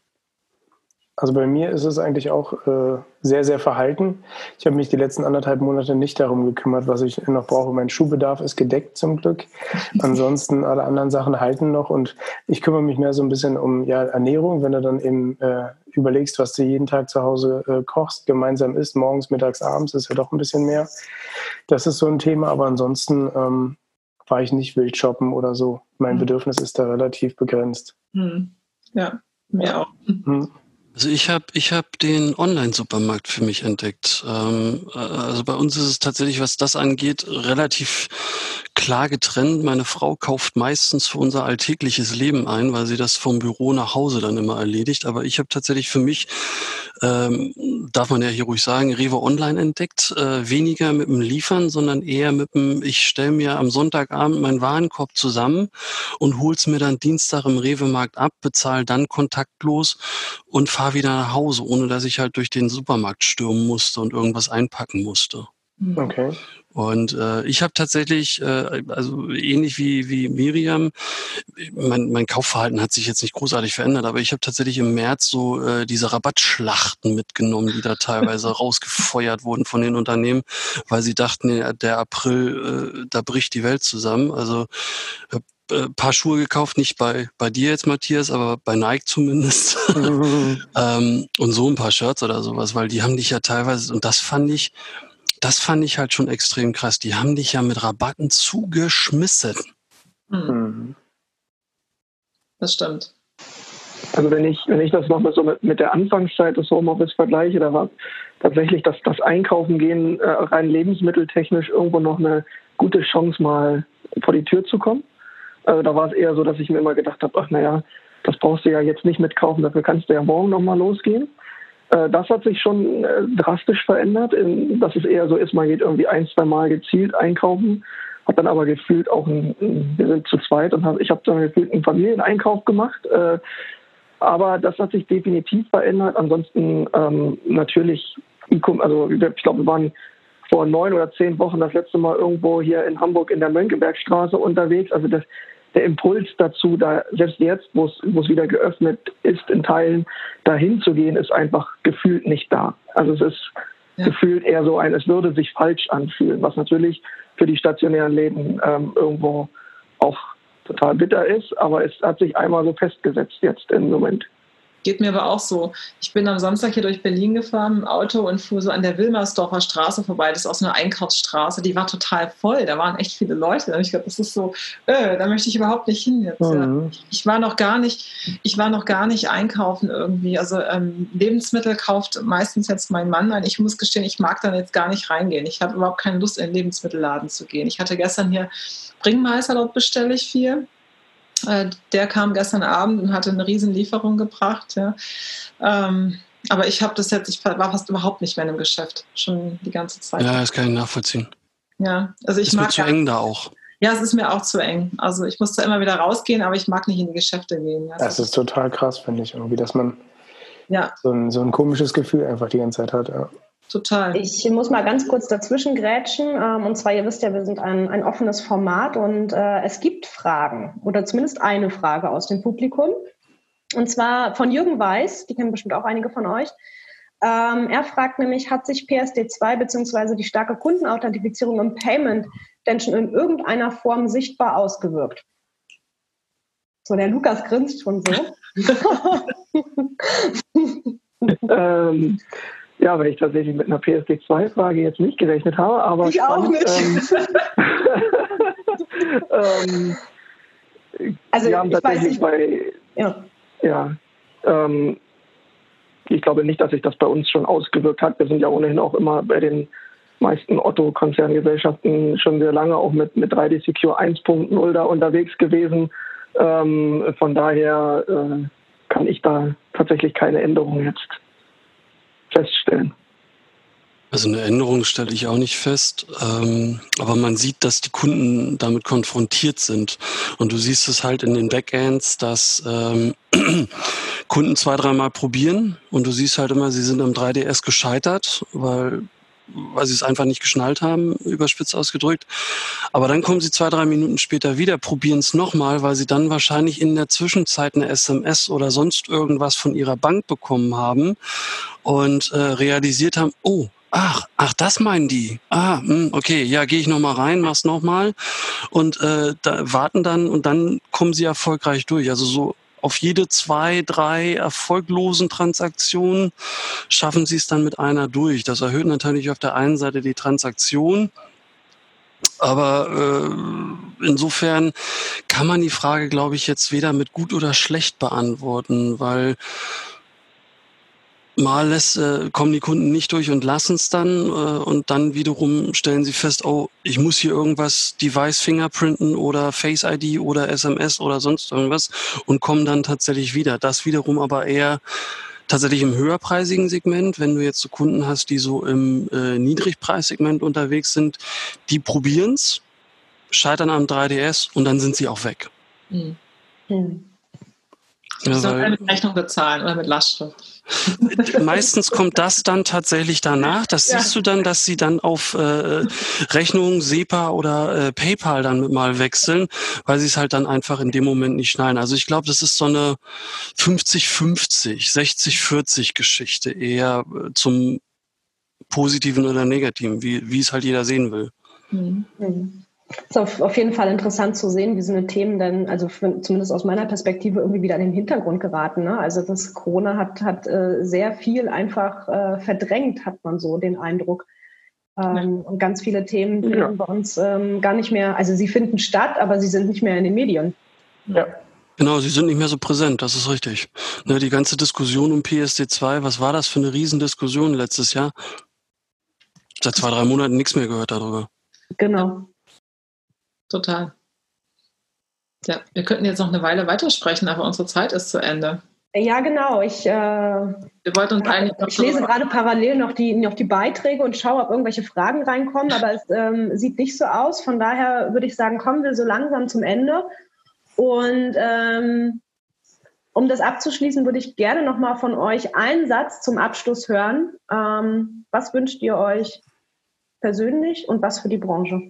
Also bei mir ist es eigentlich auch äh, sehr, sehr verhalten. Ich habe mich die letzten anderthalb Monate nicht darum gekümmert, was ich noch brauche. Mein Schuhbedarf ist gedeckt zum Glück. Ansonsten alle anderen Sachen halten noch und ich kümmere mich mehr so ein bisschen um ja, Ernährung. Wenn du dann eben äh, überlegst, was du jeden Tag zu Hause äh, kochst, gemeinsam isst, morgens, mittags, abends, ist ja doch ein bisschen mehr. Das ist so ein Thema, aber ansonsten ähm, war ich nicht wild shoppen oder so. Mein mhm. Bedürfnis ist da relativ begrenzt. Mhm. Ja, mir auch. Mhm. Also ich habe ich hab den Online-Supermarkt für mich entdeckt. Ähm, also bei uns ist es tatsächlich, was das angeht, relativ klar getrennt. Meine Frau kauft meistens für unser alltägliches Leben ein, weil sie das vom Büro nach Hause dann immer erledigt. Aber ich habe tatsächlich für mich, ähm, darf man ja hier ruhig sagen, Rewe Online entdeckt. Äh, weniger mit dem Liefern, sondern eher mit dem, ich stelle mir am Sonntagabend meinen Warenkorb zusammen und hol's mir dann Dienstag im Rewe-Markt ab, bezahle dann kontaktlos und fahre wieder nach Hause, ohne dass ich halt durch den Supermarkt stürmen musste und irgendwas einpacken musste. Okay. Und äh, ich habe tatsächlich, äh, also ähnlich wie wie Miriam, mein, mein Kaufverhalten hat sich jetzt nicht großartig verändert, aber ich habe tatsächlich im März so äh, diese Rabattschlachten mitgenommen, die da teilweise rausgefeuert wurden von den Unternehmen, weil sie dachten, der April, äh, da bricht die Welt zusammen. Also äh, ein paar Schuhe gekauft, nicht bei bei dir jetzt, Matthias, aber bei Nike zumindest. Mhm. ähm, und so ein paar Shirts oder sowas, weil die haben dich ja teilweise, und das fand ich, das fand ich halt schon extrem krass, die haben dich ja mit Rabatten zugeschmissen. Mhm. Das stimmt. Also wenn ich, wenn ich das noch mal so mit, mit der Anfangszeit des Homeoffice vergleiche, da war tatsächlich das, das Einkaufen gehen äh, rein lebensmitteltechnisch irgendwo noch eine gute Chance, mal vor die Tür zu kommen. Also da war es eher so, dass ich mir immer gedacht habe, ach naja, das brauchst du ja jetzt nicht mitkaufen, dafür kannst du ja morgen nochmal losgehen. Äh, das hat sich schon äh, drastisch verändert, in, dass es eher so ist, man geht irgendwie ein, zwei Mal gezielt einkaufen, hat dann aber gefühlt auch, ein, ein, wir sind zu zweit und hab, ich habe dann gefühlt einen Familieneinkauf gemacht. Äh, aber das hat sich definitiv verändert. Ansonsten ähm, natürlich, also ich glaube, wir waren vor neun oder zehn Wochen das letzte Mal irgendwo hier in Hamburg in der Mönckebergstraße unterwegs. Also das, der Impuls dazu, da selbst jetzt, wo es wo es wieder geöffnet ist, in Teilen dahin zu gehen, ist einfach gefühlt nicht da. Also es ist ja. gefühlt eher so ein, es würde sich falsch anfühlen, was natürlich für die stationären Läden ähm, irgendwo auch total bitter ist, aber es hat sich einmal so festgesetzt jetzt im Moment. Geht mir aber auch so. Ich bin am Samstag hier durch Berlin gefahren im Auto und fuhr so an der Wilmersdorfer Straße vorbei. Das ist auch so eine Einkaufsstraße. Die war total voll. Da waren echt viele Leute. Da habe ich gedacht, das ist so, äh, da möchte ich überhaupt nicht hin jetzt. Mhm. Ja. Ich war noch gar nicht, ich war noch gar nicht einkaufen irgendwie. Also ähm, Lebensmittel kauft meistens jetzt mein Mann ein. Ich muss gestehen, ich mag dann jetzt gar nicht reingehen. Ich habe überhaupt keine Lust, in den Lebensmittelladen zu gehen. Ich hatte gestern hier Bringmeister, dort bestelle ich viel. Der kam gestern Abend und hatte eine riesen Lieferung gebracht. Ja. Ähm, aber ich habe das jetzt, ich war fast überhaupt nicht mehr in dem Geschäft, schon die ganze Zeit. Ja, das kann ich nachvollziehen. Ja, also ich ist mag mir zu eng da auch. Ja, es ist mir auch zu eng. Also ich muss da immer wieder rausgehen, aber ich mag nicht in die Geschäfte gehen. Ja. Das ist total krass, finde ich, irgendwie, dass man ja. so, ein, so ein komisches Gefühl einfach die ganze Zeit hat. Ja. Total. Ich muss mal ganz kurz dazwischen grätschen. Und zwar, ihr wisst ja, wir sind ein, ein offenes Format und äh, es gibt Fragen oder zumindest eine Frage aus dem Publikum. Und zwar von Jürgen Weiß, die kennen bestimmt auch einige von euch. Ähm, er fragt nämlich, hat sich P S D zwei bzw. die starke Kundenauthentifizierung im Payment denn schon in irgendeiner Form sichtbar ausgewirkt? So, der Lukas grinst schon so. ähm... Ja, weil ich tatsächlich mit einer P S D zwei Frage jetzt nicht gerechnet habe, aber ich spannend, auch nicht. Ähm, ähm, also wir haben ich tatsächlich weiß nicht. bei, ja, ja ähm, ich glaube nicht, dass sich das bei uns schon ausgewirkt hat. Wir sind ja ohnehin auch immer bei den meisten Otto-Konzerngesellschaften schon sehr lange auch mit, mit drei D Secure eins Punkt null da unterwegs gewesen. Ähm, von daher äh, kann ich da tatsächlich keine Änderung jetzt feststellen. Also eine Änderung stelle ich auch nicht fest, ähm, aber man sieht, dass die Kunden damit konfrontiert sind. Und du siehst es halt in den Backends, dass ähm, Kunden zwei, dreimal probieren und du siehst halt immer, sie sind am drei D S gescheitert, weil weil sie es einfach nicht geschnallt haben, überspitzt ausgedrückt. Aber dann kommen sie zwei, drei Minuten später wieder, probieren es nochmal, weil sie dann wahrscheinlich in der Zwischenzeit eine S M S oder sonst irgendwas von ihrer Bank bekommen haben und äh, realisiert haben, oh, ach, ach, das meinen die. Ah, mh, okay, ja, gehe ich nochmal rein, mach's nochmal und äh, da warten dann und dann kommen sie erfolgreich durch. Also so auf jede zwei, drei erfolglosen Transaktionen schaffen sie es dann mit einer durch. Das erhöht natürlich auf der einen Seite die Transaktion, aber äh, insofern kann man die Frage, glaube ich, jetzt weder mit gut oder schlecht beantworten, weil mal lässt, äh, kommen die Kunden nicht durch und lassen es dann äh, und dann wiederum stellen sie fest, oh, ich muss hier irgendwas Device fingerprinten oder Face I D oder S M S oder sonst irgendwas und kommen dann tatsächlich wieder. Das wiederum aber eher tatsächlich im höherpreisigen Segment. Wenn du jetzt so Kunden hast, die so im äh, Niedrigpreissegment unterwegs sind, die probieren's, scheitern am drei D S und dann sind sie auch weg. Hm. Hm. Ja, soll man mit Rechnung bezahlen oder mit Lastschrift? Meistens kommt das dann tatsächlich danach. Das ja. siehst du dann, dass sie dann auf äh, Rechnung, SEPA oder äh, PayPal dann mit mal wechseln, weil sie es halt dann einfach in dem Moment nicht schnallen. Also ich glaube, das ist so eine fünfzig fünfzig, sechzig vierzig Geschichte, eher äh, zum Positiven oder Negativen, wie, wie es halt jeder sehen will. Mhm. Mhm. Es ist auf, auf jeden Fall interessant zu sehen, wie so eine Themen dann, also für, zumindest aus meiner Perspektive, irgendwie wieder in den Hintergrund geraten. Ne? Also das Corona hat, hat äh, sehr viel einfach äh, verdrängt, hat man so den Eindruck. Ähm, ja. Und ganz viele Themen finden ja. bei uns ähm, gar nicht mehr, also sie finden statt, aber sie sind nicht mehr in den Medien. Ja. Genau, sie sind nicht mehr so präsent, das ist richtig. Ne, die ganze Diskussion um P S D zwei, was war das für eine Riesendiskussion letztes Jahr? Seit zwei, drei Monaten nichts mehr gehört darüber. Genau. Total. Ja, wir könnten jetzt noch eine Weile weitersprechen, aber unsere Zeit ist zu Ende. Ja, genau. Ich, äh, wir wollten uns eigentlich ich lese gerade parallel noch die, noch die Beiträge und schaue, ob irgendwelche Fragen reinkommen, aber es ähm, sieht nicht so aus. Von daher würde ich sagen, kommen wir so langsam zum Ende. Und ähm, um das abzuschließen, würde ich gerne noch mal von euch einen Satz zum Abschluss hören. Ähm, was wünscht ihr euch persönlich und was für die Branche?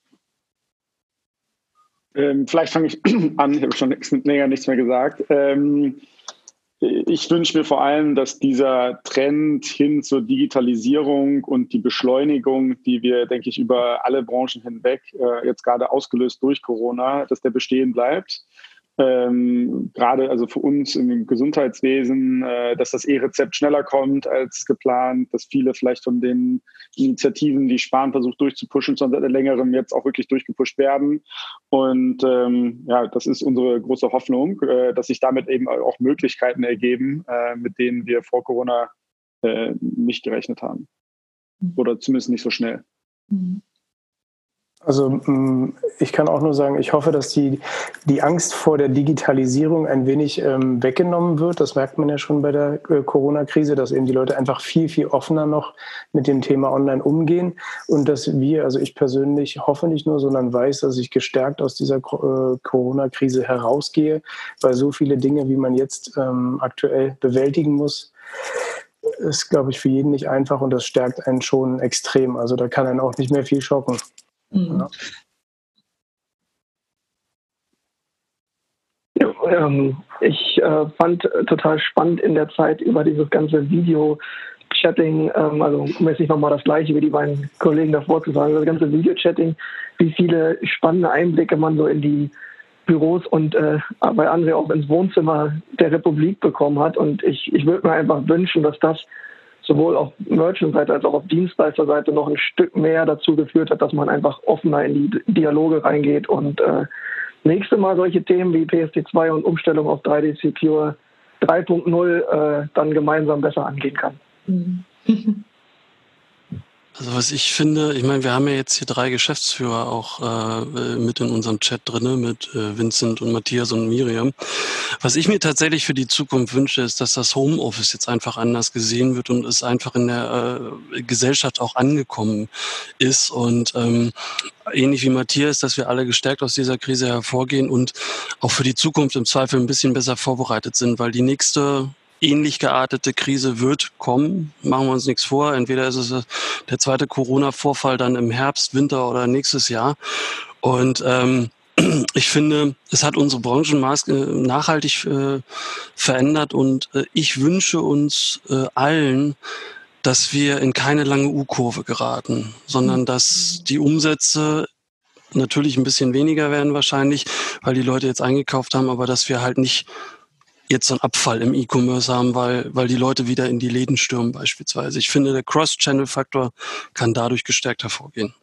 Ähm, vielleicht fange ich an, ich habe schon länger nichts mehr gesagt. Ähm, ich wünsche mir vor allem, dass dieser Trend hin zur Digitalisierung und die Beschleunigung, die wir, denke ich, über alle Branchen hinweg, äh, jetzt gerade ausgelöst durch Corona, dass der bestehen bleibt. Ähm, gerade also für uns im Gesundheitswesen, äh, dass das E-Rezept schneller kommt als geplant, dass viele vielleicht von den Initiativen, die Spahn versucht durchzupushen, schon seit längerem jetzt auch wirklich durchgepusht werden. Und ähm, ja, das ist unsere große Hoffnung, äh, dass sich damit eben auch Möglichkeiten ergeben, äh, mit denen wir vor Corona äh, nicht gerechnet haben. Oder zumindest nicht so schnell. Mhm. Also ich kann auch nur sagen, ich hoffe, dass die, die Angst vor der Digitalisierung ein wenig ähm, weggenommen wird. Das merkt man ja schon bei der äh, Corona-Krise, dass eben die Leute einfach viel, viel offener noch mit dem Thema online umgehen. Und dass wir, also ich persönlich hoffe nicht nur, sondern weiß, dass ich gestärkt aus dieser äh, Corona-Krise herausgehe, weil so viele Dinge, wie man jetzt ähm, aktuell bewältigen muss, ist, glaube ich, für jeden nicht einfach und das stärkt einen schon extrem. Also da kann einen auch nicht mehr viel schocken. Mhm. Ja, ähm, ich äh, fand total spannend in der Zeit über dieses ganze Video-Chatting, ähm, also um jetzt nicht nochmal das Gleiche wie die beiden Kollegen davor zu sagen, das ganze Video-Chatting, wie viele spannende Einblicke man so in die Büros und äh, bei André auch ins Wohnzimmer der Republik bekommen hat. Und ich, ich würde mir einfach wünschen, dass das sowohl auf Merchant-Seite als auch auf Dienstleister-Seite noch ein Stück mehr dazu geführt hat, dass man einfach offener in die Dialoge reingeht und äh, nächste Mal solche Themen wie P S T zwei und Umstellung auf drei D Secure drei Punkt null äh, dann gemeinsam besser angehen kann. Mhm. Also was ich finde, ich meine, wir haben ja jetzt hier drei Geschäftsführer auch äh, mit in unserem Chat drinne, mit äh, Vincent und Matthias und Miriam. Was ich mir tatsächlich für die Zukunft wünsche, ist, dass das Homeoffice jetzt einfach anders gesehen wird und es einfach in der äh, Gesellschaft auch angekommen ist. Und ähm, ähnlich wie Matthias, dass wir alle gestärkt aus dieser Krise hervorgehen und auch für die Zukunft im Zweifel ein bisschen besser vorbereitet sind, weil die nächste ähnlich geartete Krise wird kommen. Machen wir uns nichts vor. Entweder ist es der zweite Corona-Vorfall dann im Herbst, Winter oder nächstes Jahr. Und ähm, ich finde, es hat unsere Branche nachhaltig äh, verändert und äh, ich wünsche uns äh, allen, dass wir in keine lange U-Kurve geraten, sondern dass die Umsätze natürlich ein bisschen weniger werden wahrscheinlich, weil die Leute jetzt eingekauft haben, aber dass wir halt nicht jetzt so einen Abfall im E-Commerce haben, weil, weil die Leute wieder in die Läden stürmen beispielsweise. Ich finde, der Cross-Channel-Faktor kann dadurch gestärkt hervorgehen.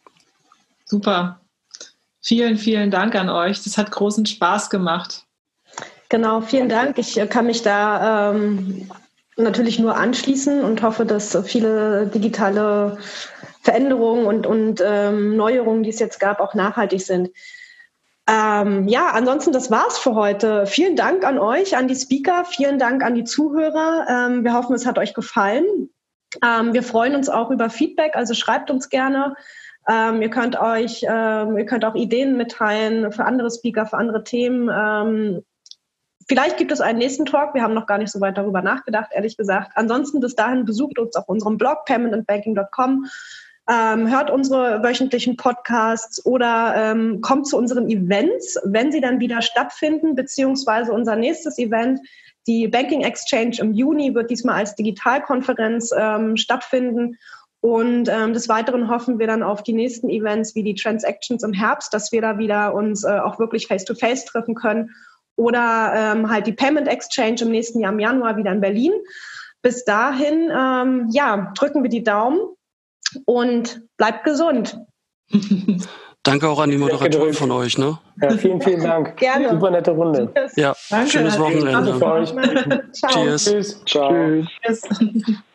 Super. Vielen, vielen Dank an euch. Das hat großen Spaß gemacht. Genau, vielen Dank. Ich kann mich da ähm, natürlich nur anschließen und hoffe, dass viele digitale Veränderungen und, und ähm, Neuerungen, die es jetzt gab, auch nachhaltig sind. Ähm, ja, ansonsten, das war's für heute. Vielen Dank an euch, an die Speaker, vielen Dank an die Zuhörer. Ähm, wir hoffen, es hat euch gefallen. Ähm, wir freuen uns auch über Feedback, also schreibt uns gerne. Ähm, ihr könnt euch, ähm, ihr könnt auch Ideen mitteilen für andere Speaker, für andere Themen. Ähm, vielleicht gibt es einen nächsten Talk. Wir haben noch gar nicht so weit darüber nachgedacht, ehrlich gesagt. Ansonsten bis dahin besucht uns auf unserem Blog payment and banking dot com. Ähm, hört unsere wöchentlichen Podcasts oder ähm, kommt zu unseren Events, wenn sie dann wieder stattfinden, beziehungsweise unser nächstes Event, die Banking Exchange im Juni, wird diesmal als Digitalkonferenz ähm, stattfinden. Und ähm, des Weiteren hoffen wir dann auf die nächsten Events wie die Transactions im Herbst, dass wir da wieder uns äh, auch wirklich face-to-face treffen können. Oder ähm, halt die Payment Exchange im nächsten Jahr im Januar wieder in Berlin. Bis dahin, ähm, ja, drücken wir die Daumen. Und bleibt gesund. Danke auch an die Moderatoren von euch. Ne? Ja, vielen, vielen Dank. Gerne. Super nette Runde. Ja, Danke. schönes Wochenende. Danke für euch. Ciao. Cheers. Tschüss. Ciao. Tschüss. Tschüss.